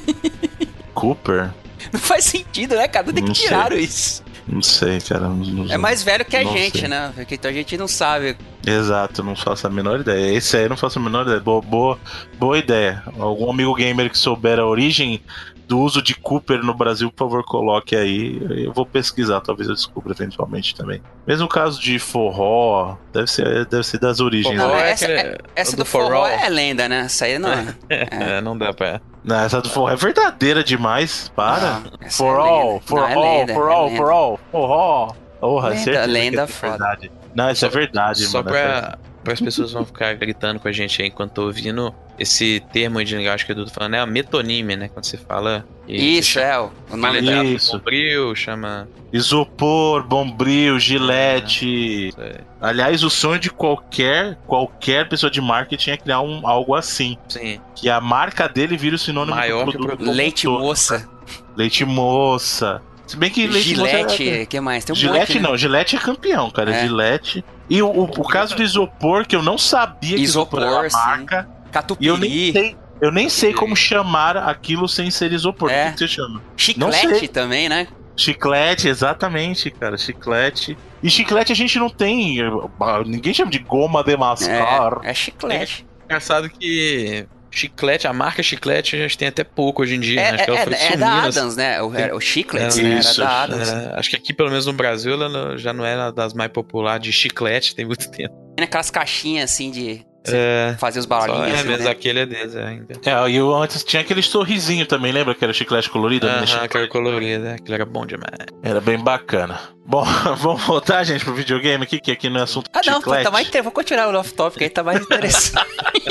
Cooper? Não faz sentido, né, cara? Não tem que tiraram isso. Não sei, cara. Não, não, é mais velho que a gente, sei. né? Porque então a gente não sabe. Exato, não faço a menor ideia. Esse aí eu não faço a menor ideia. Boa, boa, boa ideia. Algum amigo gamer que souber a origem do uso de Cooper no Brasil, por favor, coloque aí. Eu vou pesquisar, talvez eu descubra eventualmente também. Mesmo caso de forró, deve ser, deve ser das origens. Não, né? essa, é, essa do, do forró, forró é lenda, né? Essa aí não é. É, não dá pra... Não, essa do forró é verdadeira demais. Para. Não, for, é all, for, não, all, é lenda, for é all, lenda. for all, forró. Porra, lenda, certeza lenda é foda. Verdade. Não, isso só, é verdade, só mano. Só pra, pra as pessoas vão ficar gritando com a gente aí enquanto tô ouvindo esse termo de linguagem que o Dudu falando, é a metonímia, né? Quando você fala... Isso, você é. O nome da Isso. Bombril, chama... Isopor, Bombril, Gillette. É, Aliás, o sonho de qualquer qualquer pessoa de marketing é criar um, algo assim. Sim. Que a marca dele vira o sinônimo maior do que o produto. produto. Leite todo. moça. Leite moça. Se bem que leite Gillette, moça é... que mais? Tem um Gillette monte, não, né? Gillette é campeão, cara. É. Gillette. E o, o, o caso do isopor, que eu não sabia que isopor, Isopor, era uma marca. Catupiry. E eu nem sei, eu nem sei como chamar aquilo sem ser isopor. É. O que, que você chama? Chiclete também, né? Chiclete, exatamente, cara. Chiclete. E chiclete a gente não tem. Ninguém chama de goma de mascar. É, é chiclete. É engraçado que chiclete, a marca chiclete, a gente tem até pouco hoje em dia. É, né? Acho que ela é, foi é sumindo, da assim. Adams, né? O, é, o chiclete, É, né? isso. Era da Adams. É, acho que aqui, pelo menos no Brasil, ela já não é das mais populares de chiclete, tem muito tempo. Tem aquelas caixinhas assim de É, fazer os só barulhinhos. é, assim, mas né? aquele é deles ainda. É, e eu antes tinha aquele sorrisinho também, lembra que era chiclete colorido? Aham, Mexia- aquele colorido, né? Aquilo era bom demais. Era bem bacana. Bom, vamos voltar, gente, pro videogame aqui, que aqui não é assunto Ah, não, chiclete. tá mais tempo. Vou continuar o off-topic aí, tá mais interessante.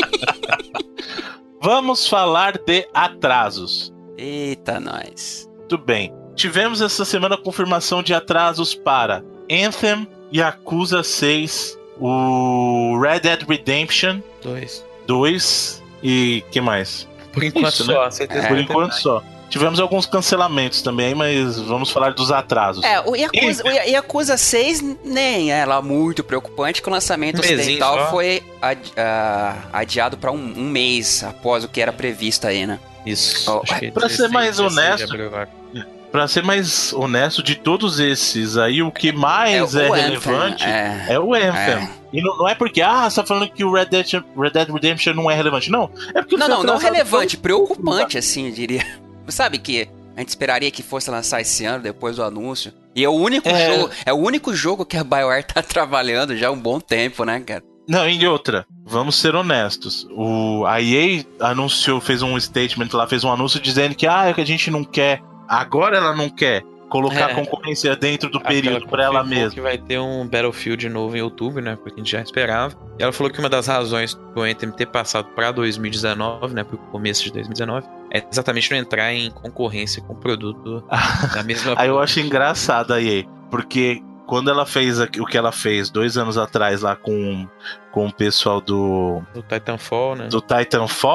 Vamos falar de atrasos. Eita, nós. Muito bem. Tivemos essa semana a confirmação de atrasos para Anthem, Yakuza seis, o Red Dead Redemption Dois. dois e que mais? Por enquanto Isso, só, né? certeza. É. Por que enquanto tem só. Tivemos alguns cancelamentos também, mas vamos falar dos atrasos. É, o Yakuza, o Yakuza seis nem é lá muito preocupante, que o lançamento Um mesinho ocidental só. foi adi- ah, adiado pra um, um mês após o que era previsto aí, né? Isso. Oh, acho que pra ser dezesseis, mais dezesseis de honesto, abril agora. Pra ser mais honesto, de todos esses aí, o que mais é, o relevante Anthem, é. é o Anthem. É. E não, não é porque, ah, você tá falando que o Red Dead, Red Dead Redemption não é relevante. Não, é porque Não, foi não, não atrasado relevante, por- preocupante, assim, eu diria. Sabe que a gente esperaria que fosse lançar esse ano, depois do anúncio. E é o único É. jogo, é o único jogo que a BioWare tá trabalhando já há um bom tempo, né, cara? Não, e outra, vamos ser honestos. O, a E A anunciou, fez um statement lá, fez um anúncio dizendo que, ah, é que a gente não quer, agora ela não quer colocar É. concorrência dentro do Aquela período pra ela confirmou mesma. que vai ter um Battlefield novo em outubro, né? Porque a gente já esperava. E ela falou que uma das razões do Anthem ter passado pra dois mil e dezenove, né? Pro começo de dois mil e dezenove, é exatamente não entrar em concorrência com o produto da mesma Aí eu forma. acho engraçado a E A, porque quando ela fez aqui- o que ela fez dois anos atrás lá com, com o pessoal do, Do Titanfall, né? do Titanfall,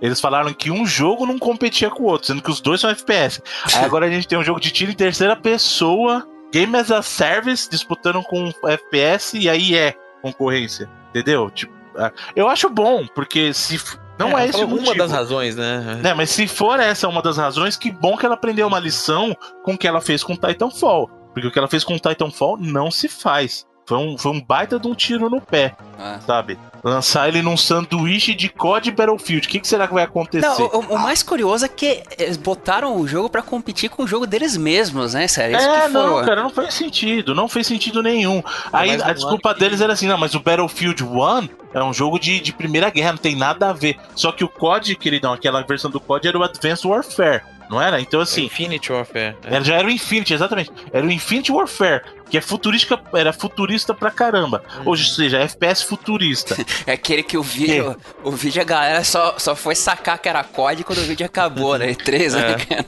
Eles falaram que um jogo não competia com o outro, sendo que os dois são F P S. Aí agora a gente tem um jogo de tiro em terceira pessoa, Game as a Service, disputando com F P S, e aí é concorrência, entendeu? Tipo, eu acho bom, porque se... Não é, é esse o motivo. Uma das razões, né? É, mas se for essa uma das razões, que bom que ela aprendeu uma lição com o que ela fez com Titanfall. Porque o que ela fez com Titanfall não se faz. Foi um, foi um baita de um tiro no pé, ah. sabe? Lançar ele num sanduíche de C O D Battlefield. O que, que será que vai acontecer? Não, o, o mais curioso é que eles botaram o jogo pra competir com o jogo deles mesmos, né, sério? Isso é, que não, foi. cara, não faz sentido. Não fez sentido nenhum. Aí a desculpa que... deles era assim, não, mas o Battlefield um é um jogo de, de primeira guerra, não tem nada a ver. Só que o C O D, queridão, aquela versão do C O D era o Advanced Warfare. Não era? Então, assim... Infinite Warfare. É. Já era o Infinity, exatamente. Era o Infinity Warfare, que é futurística, era futurista pra caramba. Uhum. Ou seja, F P S futurista. É aquele que o vídeo, é. o vídeo a galera só, só foi sacar que era C O D quando o vídeo acabou, né? três, né, cara?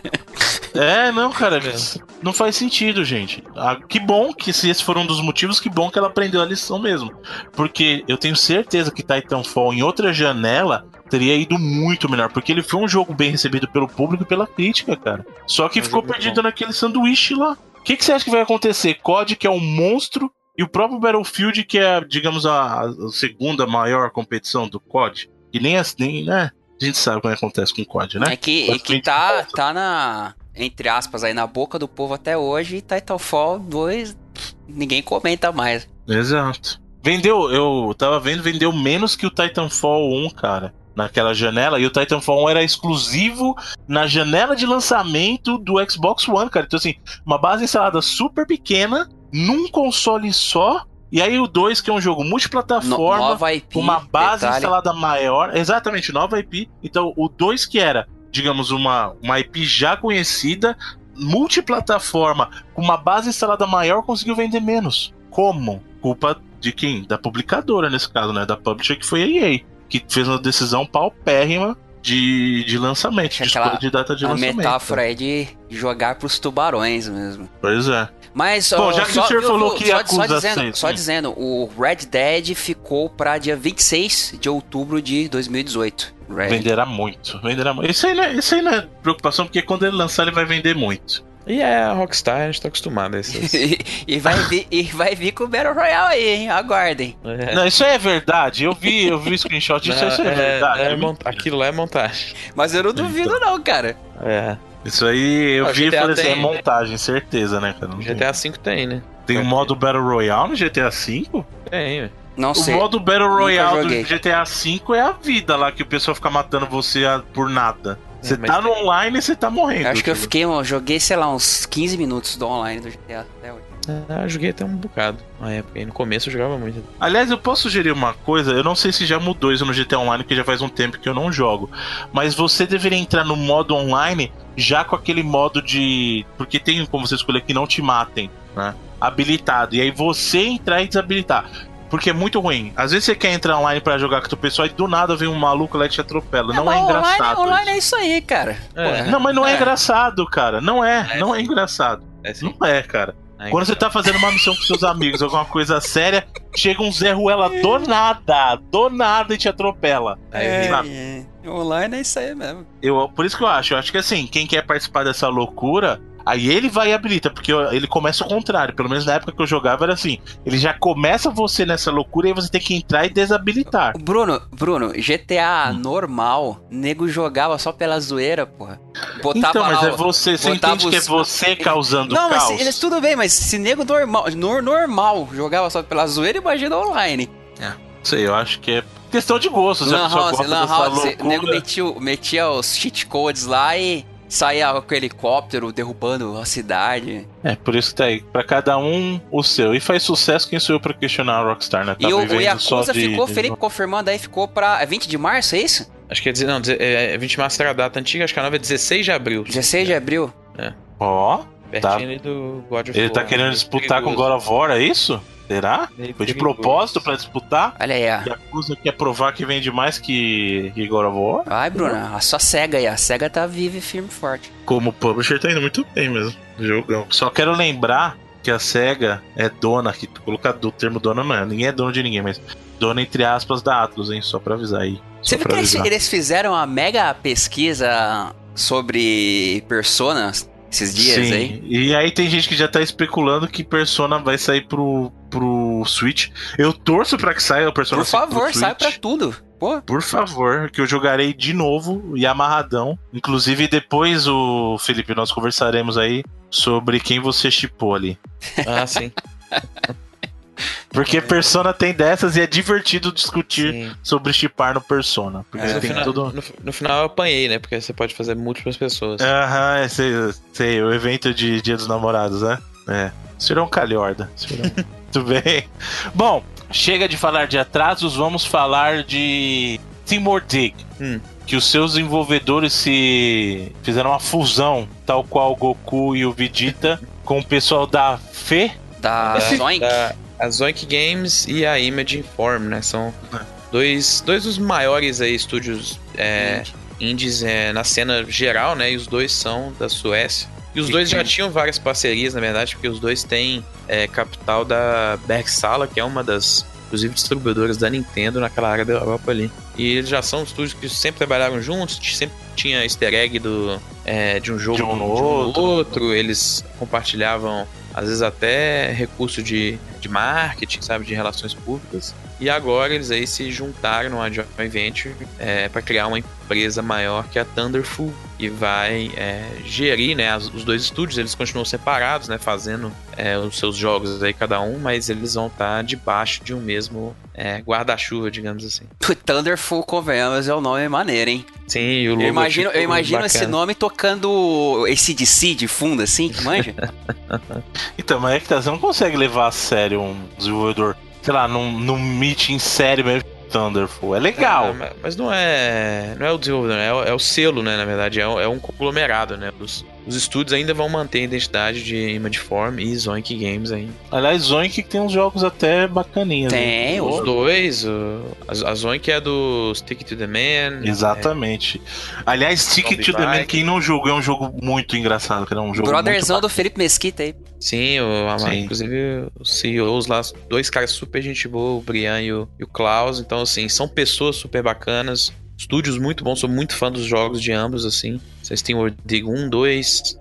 É, não, cara, não faz sentido, gente. Ah, que bom que se esse for um dos motivos, que bom que ela aprendeu a lição mesmo. Porque eu tenho certeza que Titanfall em outra janela teria ido muito melhor, porque ele foi um jogo bem recebido pelo público e pela crítica, cara. Só que Mas ficou perdido bom. naquele sanduíche lá. O que, que você acha que vai acontecer? C O D, que é um monstro, e o próprio Battlefield, que é, digamos, a, a segunda maior competição do C O D. Que nem, nem né? A gente sabe o que acontece com o C O D, né? É que, é que tá, tá na... entre aspas, aí na boca do povo até hoje, e Titanfall dois, ninguém comenta mais. Exato. Vendeu, eu tava vendo, vendeu menos que o Titanfall um, cara, naquela janela, e o Titanfall um era exclusivo na janela de lançamento do Xbox One, cara. Então, assim, uma base instalada super pequena, num console só, e aí o dois, que é um jogo multiplataforma, nova I P, com uma base detalhe. instalada maior, exatamente, nova I P. Então, o dois que era, digamos, uma, uma I P já conhecida, multiplataforma, com uma base instalada maior, conseguiu vender menos. Como? Culpa de quem? Da publicadora, nesse caso, né? Da publisher, que foi a E A, que fez uma decisão paupérrima de, de lançamento, de escolha de data de a lançamento. A metáfora é de jogar pros tubarões mesmo. Pois é. Mas, Bom, ó, já que só, o senhor viu, falou viu, que só, acusa só dizendo, seis, só né? dizendo, o Red Dead ficou pra dia vinte e seis de outubro de dois mil e dezoito. Red. Venderá muito, venderá muito. Isso aí, não é, isso aí não é preocupação, porque quando ele lançar, ele vai vender muito. E é a Rockstar, a gente tá acostumado a esses... e, e, vai vir, e vai vir com o Battle Royale aí, hein? Aguardem. É. Não, isso aí é verdade. Eu vi, eu vi o screenshot disso, não, isso aí é, é verdade. É mont... Aquilo lá é montagem. Mas eu não duvido então. não, cara. É. Isso aí eu o vi e falei assim, tem, é montagem, certeza, né, cara? O G T A cinco tem, né? Tem o um modo Battle Royale no G T A cinco? Tem, velho. Não sei. O modo Battle Royale do G T A cinco é a vida lá, que o pessoal fica matando você por nada. Você é, tá no tem... online e você tá morrendo. Eu acho que eu fiquei, eu joguei, sei lá, uns quinze minutos do online do G T A até hoje. Ah, eu joguei até um bocado na época, e no começo eu jogava muito. Aliás, eu posso sugerir uma coisa, eu não sei se já mudou isso no G T A Online, porque já faz um tempo que eu não jogo, mas você deveria entrar no modo online já com aquele modo de... porque tem como você escolher que não te matem, né? Habilitado, e aí você entrar e desabilitar. Porque é muito ruim. Às vezes você quer entrar online pra jogar com o teu pessoal e do nada vem um maluco lá e te atropela. Não, não é engraçado. Online, online é isso aí, cara. É. Não, mas não é. é engraçado, cara. Não é. é não é engraçado. É sim. Não é, cara. É Quando você tá fazendo uma missão com seus amigos, alguma coisa séria, chega um Zé Ruela do nada, do nada e te atropela. É, é. Online é isso aí mesmo. Eu, por isso que eu acho. Eu acho que assim, quem quer participar dessa loucura... Aí ele vai e habilita, porque ele começa o contrário. Pelo menos na época que eu jogava era assim. Ele já começa você nessa loucura e aí você tem que entrar e desabilitar. Bruno, Bruno, G T A hum. normal, nego jogava só pela zoeira, porra. Botava então, mas lá, é você, você entende os... que é você causando não, caos? Não, mas tudo bem, mas se nego normal, normal jogava só pela zoeira, imagina online. É, sei, eu acho que é questão de gosto. Lan House, Lan House, o nego metia, metia os cheat codes lá e... saía com o helicóptero derrubando a cidade. É, por isso que tá aí. Pra cada um, o seu. E faz sucesso, quem sou eu pra questionar a Rockstar, né? Tá e o, o Yakuza ficou, de... Felipe confirmando aí, ficou pra... É vinte de março, é isso? Acho que é... Não, é vinte de março era a data antiga, acho que a nova é dezesseis de abril. dezesseis de abril? É. Ó, pertinho tá. ali do God of War. Ele tá querendo disputar com God of War, é isso? Será? Meio Foi de perigoso. Propósito pra disputar? Olha aí, ó. Yakuza quer provar que vende mais que, que God of War? Ai, Bruna, a sua SEGA aí. A SEGA tá viva e firme e forte. Como publisher tá indo muito bem mesmo. Jogão. Só quero lembrar que a SEGA é dona, que colocar do termo dona não é, ninguém é dono de ninguém, mas dona entre aspas da Atlus, hein? Só pra avisar aí. Você viu que eles, eles fizeram uma mega pesquisa sobre Persona esses dias? Sim. Aí? E aí tem gente que já tá especulando que Persona vai sair pro, pro Switch. Eu torço pra que saia o Persona Por favor, sai pra tudo. Pô. Por favor, que eu jogarei de novo e amarradão. Inclusive, depois, o Felipe, nós conversaremos aí sobre quem você shippou ali. Ah, sim. Porque Persona tem dessas e é divertido discutir Sim. sobre shippar no Persona. Porque é, no, tem final, tudo... no, no final eu apanhei, né? Porque você pode fazer múltiplas pessoas. Aham, uhum, sei, sei, o evento de Dia dos Namorados, né? É. Será um calhorda. Será... Muito bem. Bom, chega de falar de atrasos, vamos falar de Timor Dig. Hum. Que os seus desenvolvedores se fizeram uma fusão, tal qual o Goku e o Vegeta, com o pessoal da F E. Da Zoink. Da... A Zoink Games e a Image Inform, né? São dois, dois dos maiores aí, estúdios é, indies é, na cena geral, né? E os dois são da Suécia. E os dois já tinham várias parcerias, na verdade, porque os dois têm é, capital da Bergsala, que é uma das, inclusive, distribuidoras da Nintendo naquela área da Europa ali. E eles já são estúdios que sempre trabalharam juntos, sempre tinha easter egg do, é, de um jogo de um, de um outro. outro, eles compartilhavam às vezes até recurso de, de marketing, sabe, de relações públicas. E agora eles aí se juntaram numa joint venture é, para criar uma empresa maior que é a Thunderful, e vai é, gerir, né, as, os dois estúdios. Eles continuam separados, né, fazendo é, os seus jogos aí cada um, mas eles vão estar debaixo de um mesmo é, guarda-chuva, digamos assim. Thunderful, convenhamos, é um nome maneiro, hein? Sim, e o logo eu imagino, é eu imagino esse nome tocando A C D C de fundo, assim, manja? Então, mas é que tá, você não consegue levar a sério um desenvolvedor, sei lá, num, num meeting sério mesmo. Thunderful, é legal. É, mas não é não é o desenvolvedor, é o, é o selo, né, na verdade, é, é um conglomerado, né, os, os estúdios ainda vão manter a identidade de Imageform e Zoink Games ainda. Aliás, Zoink tem uns jogos até bacaninhos. Tem, né? Os dois, o, a, a Zoink é do Stick to the Man. Exatamente. É... Aliás, Stick to the Man, quem não jogou, é um jogo muito engraçado, que é um jogo Brotherzão muito do Felipe Mesquita aí. Sim, o, a, Sim. inclusive os C E Os lá, dois caras super gente boa, o Brian e o, e o Klaus. Então, assim, são pessoas super bacanas, estúdios muito bons, sou muito fã dos jogos de ambos, assim. Vocês têm o Dig um, dois,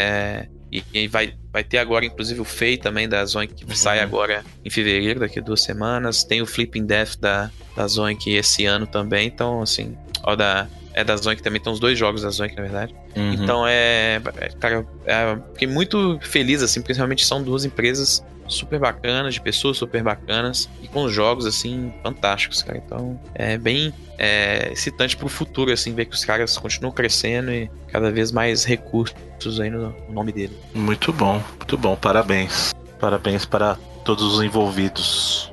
é, e, e vai, vai ter agora, inclusive, o Fei também da Zoink, que uhum. sai agora em fevereiro, daqui a duas semanas. Tem o Flipping Death da, da Zoink esse ano também. Então, assim, ó, da... É da Zoink também, tem os dois jogos da Zoink, na verdade. Uhum. Então é, é. Cara, é, fiquei muito feliz, assim, porque realmente são duas empresas super bacanas, de pessoas super bacanas, e com jogos, assim, fantásticos, cara. Então é bem é, excitante pro futuro, assim, ver que os caras continuam crescendo e cada vez mais recursos aí no, no nome dele. Muito bom, muito bom. Parabéns. Parabéns para todos os envolvidos.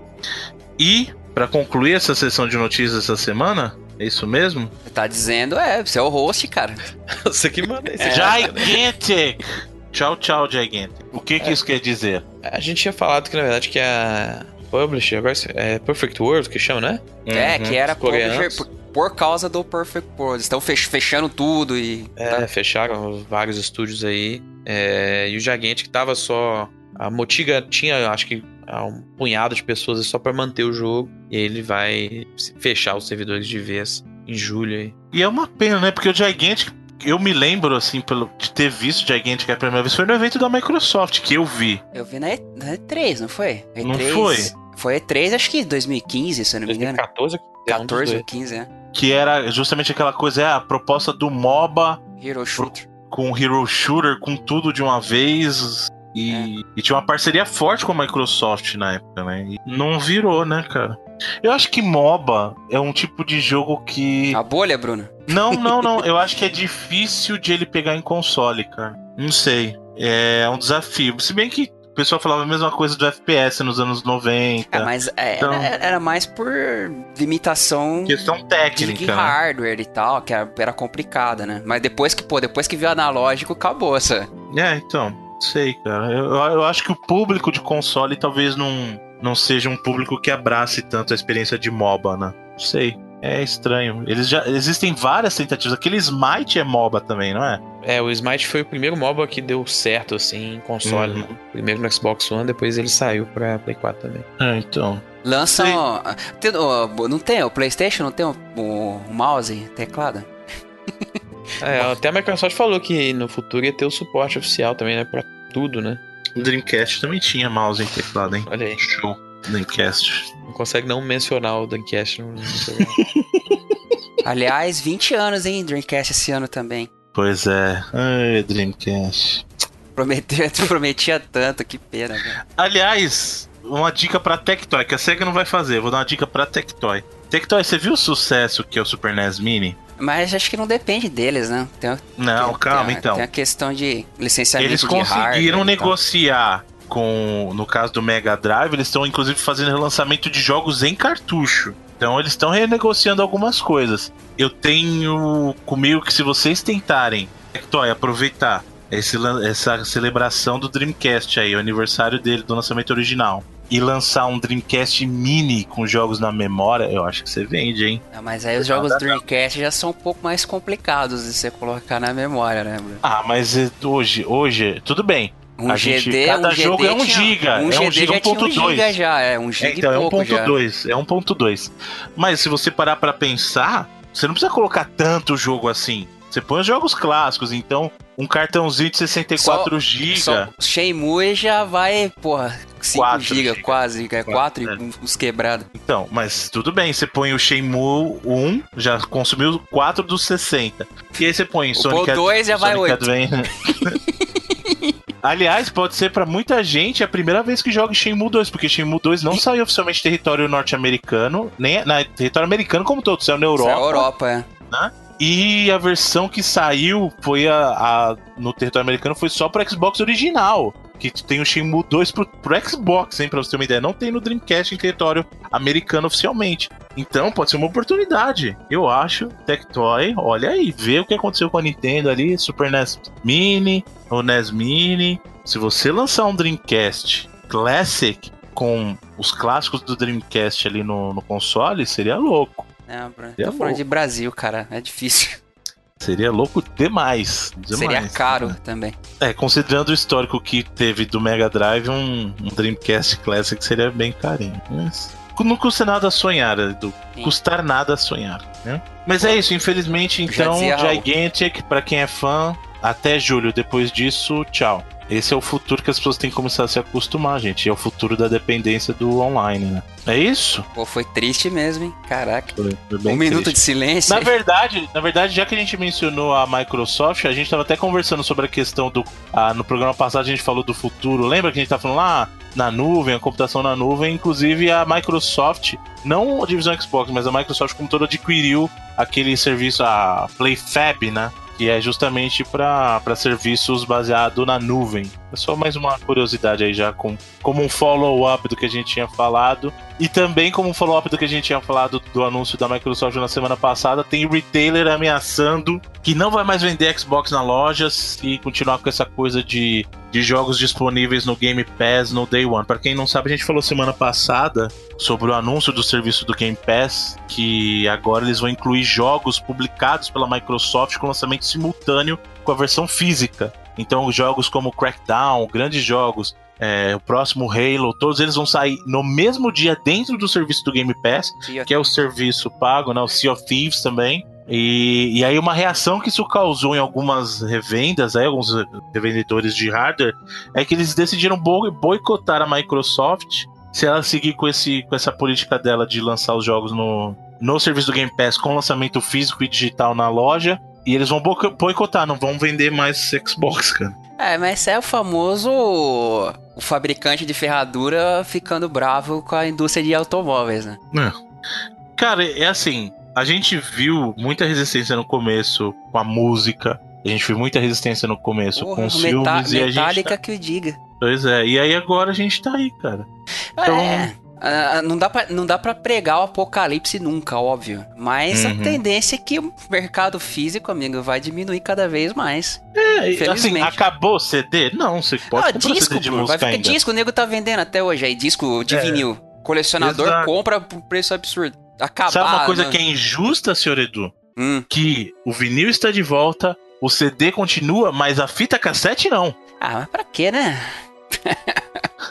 E, para concluir essa sessão de notícias essa semana. É isso mesmo? Tá dizendo, é, você é o host, cara. Você que manda esse. É. Gigantic! Tchau, tchau, Gigantic. O que que é. isso quer dizer? A gente tinha falado que, na verdade, que a Publisher, agora é Perfect World que chama, né? É, uhum. que era Publisher por, por causa do Perfect World. Estão fechando tudo e... É, tá. fecharam vários estúdios aí. É, e o Gigantic tava só... A Motiga tinha, acho que, um punhado de pessoas só pra manter o jogo. E ele vai fechar os servidores de vez em julho aí. E é uma pena, né? Porque o Gigantic, eu me lembro, assim, pelo, de ter visto o Gigantic a primeira vez, foi no evento da Microsoft que eu vi. Eu vi na, e, na E três, não foi? E três, não foi? Foi E três, acho que dois mil e quinze, se eu não me engano. dois mil e quatorze, quatorze ou quinze, é. Que era justamente aquela coisa, é a proposta do MOBA. Hero Shooter. Com Hero Shooter, com tudo de uma vez... E, é. e tinha uma parceria forte com a Microsoft na época, né? E não virou, né, cara? Eu acho que MOBA é um tipo de jogo que... A bolha, Bruno? Não, não, não. Eu acho que é difícil de ele pegar em console, cara. Não sei. É um desafio. Se bem que o pessoal falava a mesma coisa do F P S nos anos noventa. É, mas é, então, era, era mais por limitação... Questão técnica, de né? hardware e tal, que era, era complicada, né? Mas depois que, pô, depois que viu analógico, acabou essa... É, então... Sei, cara. Eu, eu acho que o público de console talvez não, não seja um público que abrace tanto a experiência de MOBA, né? Não sei. É estranho. Eles já, existem várias tentativas. Aquele Smite é MOBA também, não é? É, o Smite foi o primeiro MOBA que deu certo, assim, em console. Uhum. Né? Primeiro no Xbox One, depois ele saiu pra Play quatro também. É, então. Lançam... Tem, não tem o PlayStation? Não tem o, o, o mouse, teclado? É, até a Microsoft falou que no futuro ia ter o suporte oficial também, né? Pra tudo, né? O Dreamcast também tinha mouse e teclado, hein? Olha aí. Show. Dreamcast. Não consegue não mencionar o Dreamcast no, no programa. Aliás, vinte anos, hein? Dreamcast esse ano também. Pois é. Ai, Dreamcast. Prometia, prometia tanto, que pena, velho. Aliás, uma dica pra Tectoy, que a SEGA não vai fazer. Vou dar uma dica pra Tectoy. Tectoy, você viu o sucesso que é o Super N E S Mini? Mas acho que não depende deles, né? Tem, não, tem, calma, tem, então. Tem a questão de licenciamento eles de hardware. Eles conseguiram negociar com, no caso do Mega Drive, eles estão inclusive fazendo relançamento de jogos em cartucho. Então eles estão renegociando algumas coisas. Eu tenho comigo que se vocês tentarem, Tectoy, aproveitar esse, essa celebração do Dreamcast aí, o aniversário dele, do lançamento original, e lançar um Dreamcast Mini com jogos na memória, eu acho que você vende, hein? Não, mas aí os jogos do Dreamcast já são um pouco mais complicados de você colocar na memória, né, Bruno? Ah, mas hoje, hoje, tudo bem. Um a G D, gente, cada um jogo G D é um tinha, giga, um é G D um giga já um ponto tinha um giga dois. já, é um giga é, então e é um pouco ponto já. dois, é um ponto dois. Mas se você parar pra pensar, você não precisa colocar tanto jogo assim. Você põe os jogos clássicos, então um cartãozinho de sessenta e quatro gigas. Shenmue já vai, porra, cinco gigas quase, é quatro é. e uns quebrados. Então, mas tudo bem, você põe o Shenmue um, já consumiu quatro dos sessenta. E aí você põe o Sonic Ad- dois já vai oito. Aliás, pode ser pra muita gente a primeira vez que joga Shenmue dois, porque Shenmue dois não saiu oficialmente em território norte-americano, nem na território americano como todo, saiu na Europa. Saiu na Europa, é. Né? E a versão que saiu foi a, a no território americano foi só pro Xbox original, que tem o Shenmue dois pro, pro Xbox, hein, pra você ter uma ideia. Não tem no Dreamcast em território americano oficialmente. Então pode ser uma oportunidade. Eu acho, Tectoy, olha aí, vê o que aconteceu com a Nintendo ali, Super N E S Mini, o N E S Mini. Se você lançar um Dreamcast Classic com os clássicos do Dreamcast ali no, no console, seria louco. Não, Bruno, tô Seria falando louco. de Brasil, cara, é difícil. Seria louco demais, demais. Seria caro também. É, considerando o histórico que teve do Mega Drive, um, um Dreamcast Classic seria bem carinho. Mas não custa nada a sonhar, Edu. Custar nada a sonhar, né? Mas Pô, é isso, infelizmente, então, Gigantic, pra quem é fã, até julho. Depois disso, tchau. Esse é o futuro que as pessoas têm que começar a se acostumar, gente. É o futuro da dependência do online, né? É isso? Pô, foi triste mesmo, hein? Caraca. Foi, foi bem um triste. minuto de silêncio. Na verdade, na verdade, já que a gente mencionou a Microsoft, a gente tava até conversando sobre a questão do... Ah, no programa passado a gente falou do futuro. Lembra que a gente tava falando lá na nuvem, a computação na nuvem? Inclusive a Microsoft, não a divisão Xbox, mas a Microsoft como toda adquiriu aquele serviço, a PlayFab, né? Que é justamente para serviços baseados na nuvem. É só mais uma curiosidade aí já, com, como um follow-up do que a gente tinha falado. E também como um follow-up do que a gente tinha falado do anúncio da Microsoft na semana passada, tem retailer ameaçando que não vai mais vender Xbox na loja se continuar com essa coisa de, de jogos disponíveis no Game Pass no Day One. Para quem não sabe, a gente falou semana passada sobre o anúncio do serviço do Game Pass, que agora eles vão incluir jogos publicados pela Microsoft com lançamento simultâneo com a versão física. Então jogos como Crackdown, grandes jogos, é, o próximo Halo, todos eles vão sair no mesmo dia dentro do serviço do Game Pass, que é o serviço pago, né, o Sea of Thieves também. E, e aí uma reação que isso causou em algumas revendas, aí, alguns revendedores de hardware, é que eles decidiram boicotar a Microsoft se ela seguir com, esse, com essa política dela de lançar os jogos no, no serviço do Game Pass com lançamento físico e digital na loja. E eles vão boicotar, não vão vender mais Xbox, cara. É, mas é o famoso o fabricante de ferradura ficando bravo com a indústria de automóveis, né? É. Cara, é assim, a gente viu muita resistência no começo com a música, a gente viu muita resistência no começo Porra, com os meta- filmes e a gente... Metallica que o diga. Pois é, e aí agora a gente tá aí, cara. Então... É... Uh, não, dá pra, não dá pra pregar o apocalipse nunca, óbvio. Mas uhum. a tendência é que o mercado físico, amigo, vai diminuir cada vez mais. É, assim, acabou o C D? Não, você pode ah, comprar disco, C D de pô, música vai ficar ainda. Disco, o nego tá vendendo até hoje aí, disco de é, vinil. Colecionador exato. Compra por preço absurdo. Acabar, sabe uma coisa né? que é injusta, senhor Edu? Hum. Que o vinil está de volta, o C D continua, mas a fita cassete não. Ah, mas pra quê, né?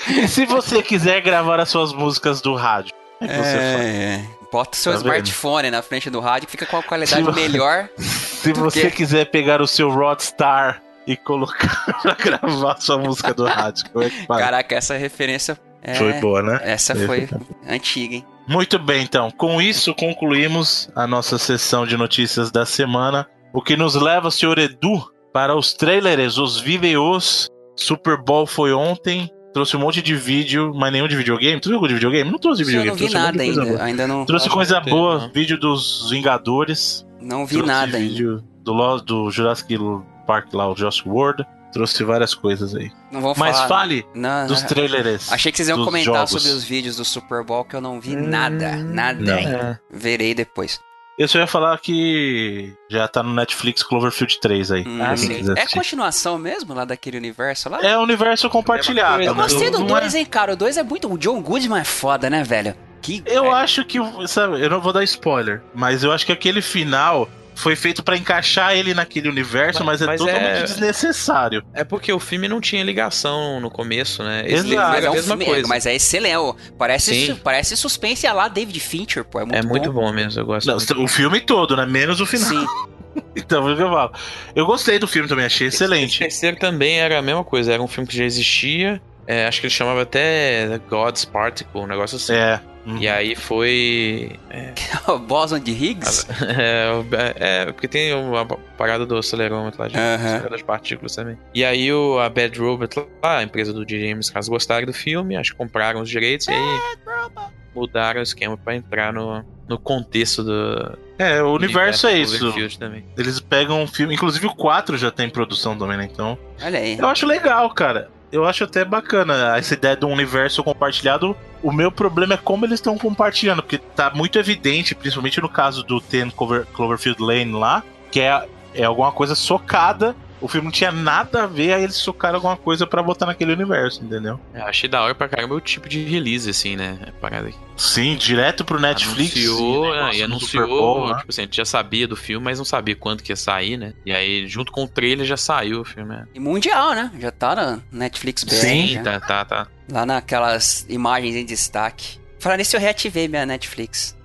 E se você quiser gravar as suas músicas do rádio? É, é. Bota o seu tá smartphone vendo? Na frente do rádio, fica com a qualidade se melhor. Se você que... quiser pegar o seu Rodstar e colocar pra gravar sua música do rádio, como é que faz? Caraca, essa referência é... foi boa, né? Essa foi antiga, hein? Muito bem, então. Com isso, concluímos a nossa sessão de notícias da semana. O que nos leva, senhor Edu, para os trailers, os vídeos. Super Bowl foi ontem. Trouxe um monte de vídeo, mas nenhum de videogame. Tu viu algum de videogame? Não trouxe de videogame. Eu não vi nada ainda. ainda não... Trouxe coisa boa. Não. Vídeo dos Vingadores. Não vi trouxe nada vídeo ainda. Do, do Jurassic Park lá, o Jurassic World. Trouxe várias coisas aí. Não vou Mas falar. fale não, dos não. trailers. Achei que vocês iam comentar jogos. sobre os vídeos do Super Bowl, que eu não vi nada. Nada não. ainda. Verei depois. Eu só ia falar que já tá no Netflix Cloverfield três aí. Hum, ah, sim. É continuação mesmo lá daquele universo lá? É o universo compartilhado. Eu gostei do dois, é... hein, cara. O dois é muito... O John Goodman é foda, né, velho? Que... Eu é. acho que... Sabe, eu não vou dar spoiler, mas eu acho que aquele final... Foi feito pra encaixar ele naquele universo, mas, mas é mas totalmente é... desnecessário. É porque o filme não tinha ligação no começo, né? Esse Exato. É a um mesma filme, coisa. Mas é excelente. Parece, parece suspense a lá David Fincher, pô. É muito, é bom. muito bom mesmo, eu gosto. Não, muito. O filme todo, né? Menos o final. Sim. Então, eu falo. Eu gostei do filme também, achei excelente. Esse terceiro também era a mesma coisa, era um filme que já existia. É, acho que ele chamava até God's Particle, um negócio assim. É. Uhum. E aí foi... É... o Boson de Higgs? É, é, porque tem uma parada do acelerômetro lá, de, uhum. das partículas também. E aí o, a Bad Robot lá, a empresa do J J James, caso gostaram do filme, acho que compraram os direitos Bad e aí mudaram o esquema pra entrar no, no contexto do... É, o universo, universo é isso. Também. Eles pegam um filme... Inclusive o quatro já tem produção também, né? Então... Olha aí. Eu acho legal, cara. Eu acho até bacana essa ideia de um universo compartilhado. O meu problema é como eles estão compartilhando, porque tá muito evidente, principalmente no caso do Ten Clover, Cloverfield Lane lá, que é, é alguma coisa socada. O filme não tinha nada a ver, aí eles socaram alguma coisa pra botar naquele universo, entendeu? Eu achei da hora pra caramba o tipo de release, assim, né? A parada aqui. Sim, direto pro Netflix. Anunciou, e, e anunciou, Bowl, tipo assim, a gente já sabia do filme, mas não sabia quanto que ia sair, né? E aí, junto com o trailer, já saiu o filme. Né? E mundial, né? Já tá na Netflix B R. Sim, já. tá, tá, tá. Lá naquelas imagens em destaque. Falando nisso, eu reativei minha Netflix.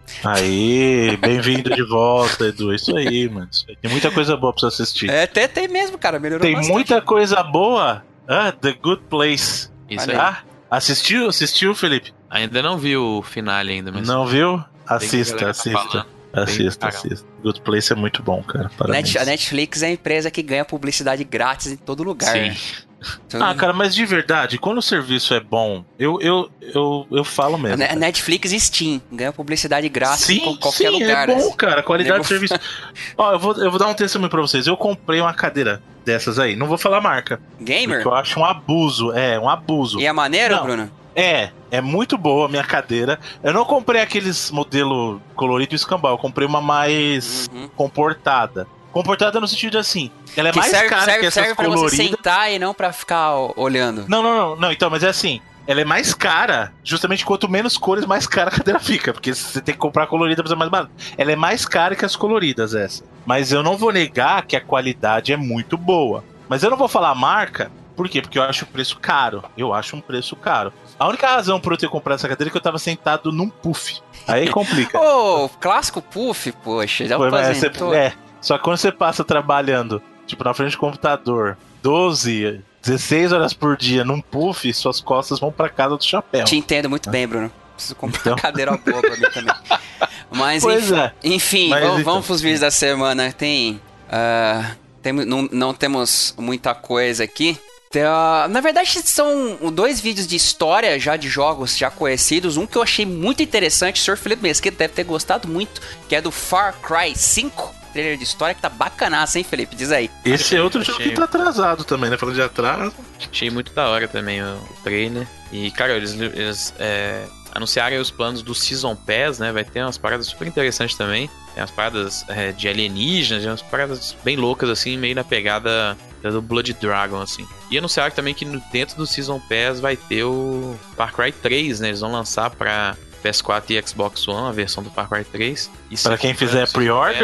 Aí, bem-vindo de volta, Edu. Isso aí, mano. Isso aí. Tem muita coisa boa pra você assistir. É, até tem mesmo, cara. Melhorou Tem bastante. muita coisa boa. Ah, The Good Place. Isso aí. Ah, assistiu? Assistiu, Felipe? Ainda não vi o finale ainda, mas... Não viu? Assista, assista. Tá assista, assista. Good Place é muito bom, cara. Parabéns. A Netflix é a empresa que ganha publicidade grátis em todo lugar. Sim. Né? Ah, cara, mas de verdade, quando o serviço é bom, eu, eu, eu, eu falo mesmo. A Netflix e Steam ganha publicidade grátis sim, em qualquer sim, lugar. É bom, cara, qualidade de serviço. Ó, eu vou, eu vou dar um testemunho pra vocês. Eu comprei uma cadeira dessas aí, não vou falar marca. Gamer? Porque eu acho um abuso, é, um abuso. E é maneiro, não, Bruno? É, é muito boa a minha cadeira. Eu não comprei aqueles modelo colorido e escambau, eu comprei uma mais uhum. comportada. Comportada no sentido assim, ela é que mais serve, cara serve, que essas serve pra coloridas. Você sentar e não pra ficar olhando. Não, não, não, não, então, mas é assim, ela é mais cara, justamente quanto menos cores, mais cara a cadeira fica, porque você tem que comprar colorida pra ser mais barato. Ela é mais cara que as coloridas, essa. Mas eu não vou negar que a qualidade é muito boa. Mas eu não vou falar a marca, por quê? Porque eu acho o preço caro. Eu acho um preço caro. A única razão por eu ter comprado essa cadeira é que eu tava sentado num puff. Aí complica. Ô, oh, clássico puff, poxa, já aposentou. É, só que quando você passa trabalhando, tipo, na frente do computador, doze, dezesseis horas por dia num puff, suas costas vão pra casa do chapéu. Te entendo muito bem, Bruno. Preciso comprar então... uma cadeira boa pra mim também. Mas, pois enfim, é. enfim Mas, vamos, então. vamos pros vídeos da semana. Tem... Uh, tem não, não temos muita coisa aqui. Tem, uh, na verdade, são dois vídeos de história já de jogos já conhecidos. Um que eu achei muito interessante, o senhor Felipe Mesquita deve ter gostado muito, que é do Far Cry cinco. Trailer de história que tá bacanaço, hein, Felipe? Diz aí. Esse é outro jogo que tá atrasado também, né? Falando de atraso. Achei muito da hora também o trailer. E, cara, eles, eles é, anunciaram os planos do Season Pass, né? Vai ter umas paradas super interessantes também. Tem umas paradas é, de alienígenas, umas paradas bem loucas, assim, meio na pegada do Blood Dragon, assim. E anunciaram também que dentro do Season Pass vai ter o Far Cry três, né? Eles vão lançar pra P S quatro e Xbox One, a versão do Far Cry três. Para quem fizer pre-order?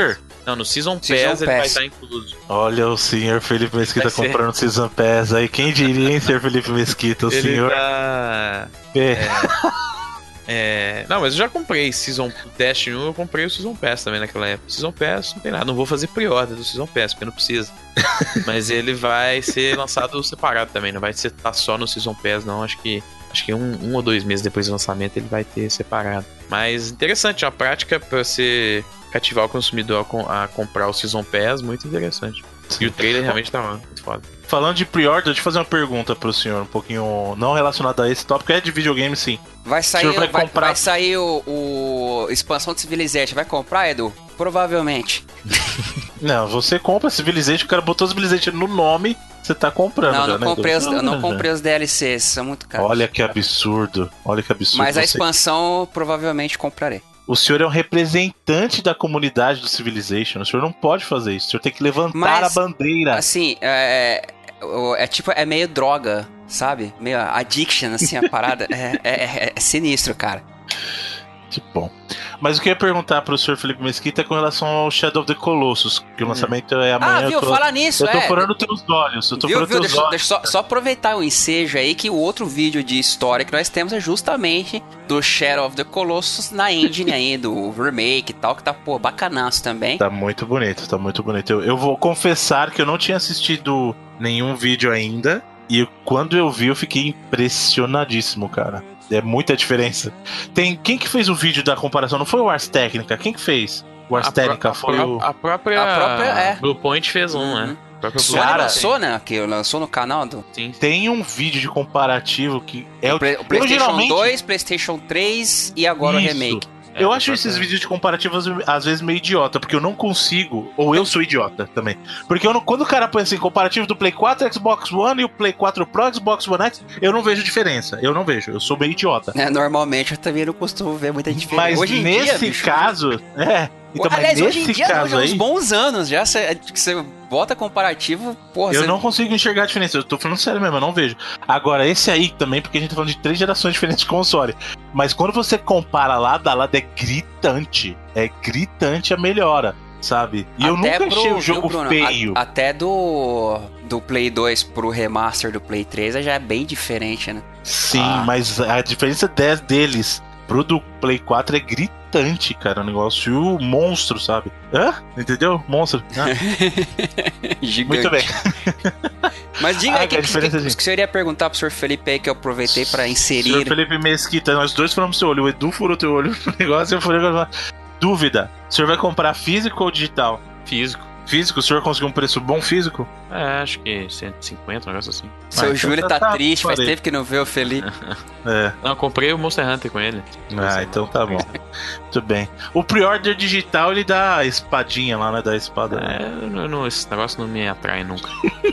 Não, no Season, Season Pass ele Pass. vai estar incluso. Olha o senhor Felipe Mesquita Vai ser. comprando Season Pass aí. Quem diria, hein, senhor Felipe Mesquita? O Ele senhor... tá... É. É... Não, mas eu já comprei Season Destiny um, eu comprei o Season Pass também naquela época. Season Pass não tem nada, não vou fazer pre-order do Season Pass, porque não precisa. Mas ele vai ser lançado separado também, não vai ser tá só no Season Pass, não. Acho que acho que um, um ou dois meses depois do lançamento ele vai ter separado. Mas interessante, é uma prática pra você cativar o consumidor a, com- a comprar o Season Pass, muito interessante. E o trailer realmente tá muito foda. Falando de pre-order, deixa eu fazer uma pergunta pro senhor, um pouquinho não relacionada a esse tópico, é de videogame sim. Vai sair, O senhor vai vai, comprar- vai sair o, o expansão de Civilization. Vai comprar, Edu? Provavelmente. Não, você compra Civilization, o cara botou Civilization no nome, você tá comprando. Não, já, não né, comprei Edu? os, eu não já. comprei os D L Cs, são muito caros. Olha que absurdo, olha que absurdo. Mas a você- expansão eu provavelmente comprarei. O senhor é um representante da comunidade do Civilization, o senhor não pode fazer isso, o senhor tem que levantar Mas, a bandeira. Assim, é, é, é tipo, é meio droga, sabe? Meio addiction, assim, a parada. é, é, é- é sinistro, cara. Que bom. Mas o que eu ia perguntar pro senhor Felipe Mesquita é com relação ao Shadow of the Colossus, que o lançamento é amanhã. Ah, viu? eu tô, Fala nisso, eu tô é. furando teus olhos, eu tô Viu, furando viu? teus Deixa, olhos. deixa só, só aproveitar o ensejo aí que o outro vídeo de história que nós temos é justamente do Shadow of the Colossus na engine aí, do remake e tal, que tá, pô, bacanaço também. Tá muito bonito, tá muito bonito. Eu, eu vou confessar que eu não tinha assistido nenhum vídeo ainda, e eu- quando eu vi eu fiquei impressionadíssimo, cara. É muita diferença. Tem quem que fez o vídeo da comparação? Não foi o Ars Technica? Quem que fez? O Ars A, pro- Technica a, foi pro- o a própria. A própria, é. Blue Point fez um, Uhum. né? A própria Sony Cara, lançou, né? Que lançou no canal do Sim. Tem um vídeo de comparativo que é o, Play- o PlayStation geralmente- dois, PlayStation três e agora Isso. o remake. É, Eu a acho própria- esses vídeos de comparativos às vezes meio idiota, porque eu não consigo, ou eu sou idiota também. Porque eu não- quando o cara põe assim, comparativo do Play quatro, Xbox One e o Play quatro Pro, Xbox One X, eu não vejo diferença. Eu não vejo, eu sou meio idiota. É, normalmente eu também não costumo ver muita diferença. Mas hoje em nesse dia, bicho, caso, é. Então, mas aliás, hoje nesse em dia, caso hoje, há uns aí, bons anos já, você bota comparativo, porra, eu você- não consigo enxergar a diferença. Eu tô falando sério mesmo, eu não vejo. Agora, esse aí também, porque a gente tá falando de três gerações diferentes de console. Mas quando você compara lado a lado, é gritante. É gritante a melhora, sabe? E eu Até nunca achei pro- o jogo viu, Bruno? feio. A- até do, do Play dois pro remaster do Play três já é bem diferente, né? Sim, Ah. mas a diferença dez deles pro do Play quatro é gritante, cara. Um negócio monstro, sabe? Hã? Entendeu? Monstro. Hã? Gigante. Muito bem. Mas diga Ah, aí, que a que, que, diferença, que, gente. que você iria perguntar pro senhor Felipe aí, que eu aproveitei pra Senhor inserir. Felipe Mesquita, nós dois furamos seu olho. O Edu furou teu olho no negócio e eu furei o negócio. Dúvida: o senhor vai comprar físico ou digital? Físico. Físico? O senhor conseguiu um preço bom físico? É, acho que cento e cinquenta, um negócio assim. Seu Ah, então Júlio tá- tá, tá, triste, faz parei. tempo que não vê o Felipe. É. Não, eu comprei o Monster Hunter com ele. Ah, então tá bom. Muito bem. O pre-order digital ele dá a espadinha lá, né? Da espada. né? É, eu não- não- esse negócio não me atrai nunca.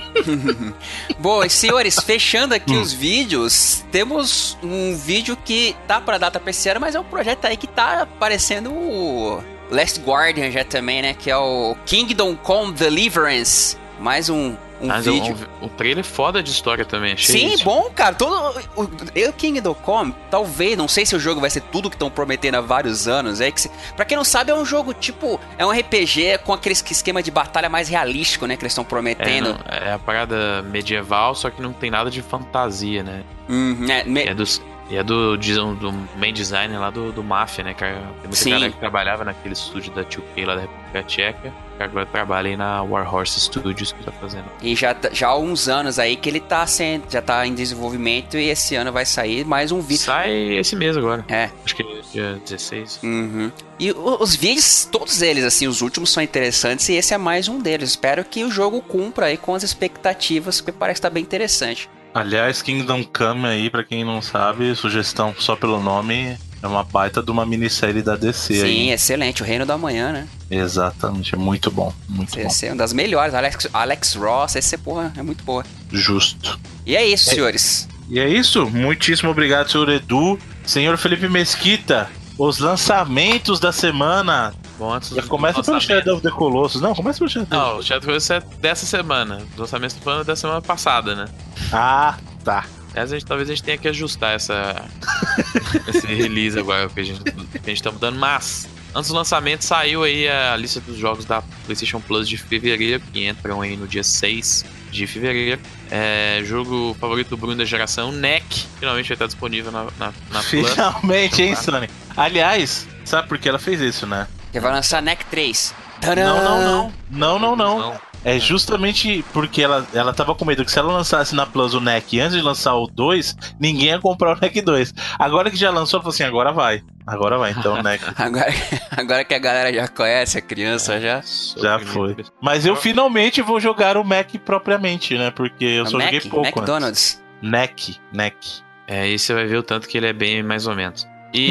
Bom, e senhores, fechando aqui Hum. os vídeos, temos um vídeo que tá pra data pra esse ano, mas é um projeto aí que tá aparecendo o Last Guardian já também, né? Que é o Kingdom Come Deliverance. Mais um, um Mas é vídeo. um, um trailer foda de história também, achei. Sim, isso. bom, cara. Todo o, o Kingdom Come, talvez, não sei se o jogo vai ser tudo que estão prometendo há vários anos. É que, se, pra quem não sabe, é um jogo tipo, é um R P G com aquele esquema de batalha mais realístico, né, que eles estão É, prometendo. não, é a parada medieval, só que não tem nada de fantasia, né? Hum, é, me- E é, dos, e é do, de- do main designer lá do, do Mafia, né? Cara? Tem muita Sim. galera que trabalhava naquele estúdio da dois K lá da República Tcheca, que agora trabalha aí na Warhorse Studios que tá fazendo. E já, tá- já há uns anos aí que ele tá sendo, já tá em desenvolvimento e esse ano vai sair mais um vídeo. Sai esse mês agora. É. Acho que é dia dezesseis. Uhum. E o- os vídeos, todos eles, assim, os últimos são interessantes e esse é mais um deles. Espero que o jogo cumpra aí com as expectativas, porque parece estar bem interessante. Aliás, Kingdom Come aí, pra quem não sabe, sugestão só pelo nome, é uma baita de uma minissérie da D C Sim, aí. excelente. O Reino da Manhã, né? Exatamente, é muito bom, muito bom. Essa é uma das melhores. Alex, Alex Ross, essa porra é muito boa. Justo. E é isso, senhores. E é isso, muitíssimo obrigado, senhor Edu. Senhor Felipe Mesquita, os lançamentos da semana. Bom, antes Já do começa pelo lançamento- Shadow of the Colossus. Não, começa pelo Shadow. Não, o Shadow Colossus é dessa semana. O lançamento do ano da semana passada, né? Ah, tá. Aliás, a gente, talvez a gente tenha que ajustar essa esse release agora, porque a gente, que a gente tá mudando, mas Antes do lançamento saiu aí a lista dos jogos da PlayStation Plus de fevereiro, que entram aí no dia seis de fevereiro. É, jogo favorito do Bruno da geração, N E C, finalmente vai estar disponível na, na, na Plus. Finalmente, hein, Sony? Aliás, sabe por que ela fez isso, né? Que vai lançar N E C três. Tcharam! Não, não, não. Não, não, não. não. É justamente porque ela, ela tava com medo que se ela lançasse na Plus o N E C antes de lançar o dois, ninguém ia comprar o N E C dois. Agora que já lançou, ela falou assim, agora vai. Agora vai, então, N E C. agora, agora que a galera já conhece, a criança é, já... Já foi. Mas eu finalmente vou jogar o Mac propriamente, né? Porque eu só Mac, joguei pouco McDonald's. N E C, N E C. É, aí você vai ver o tanto que ele é bem mais ou menos.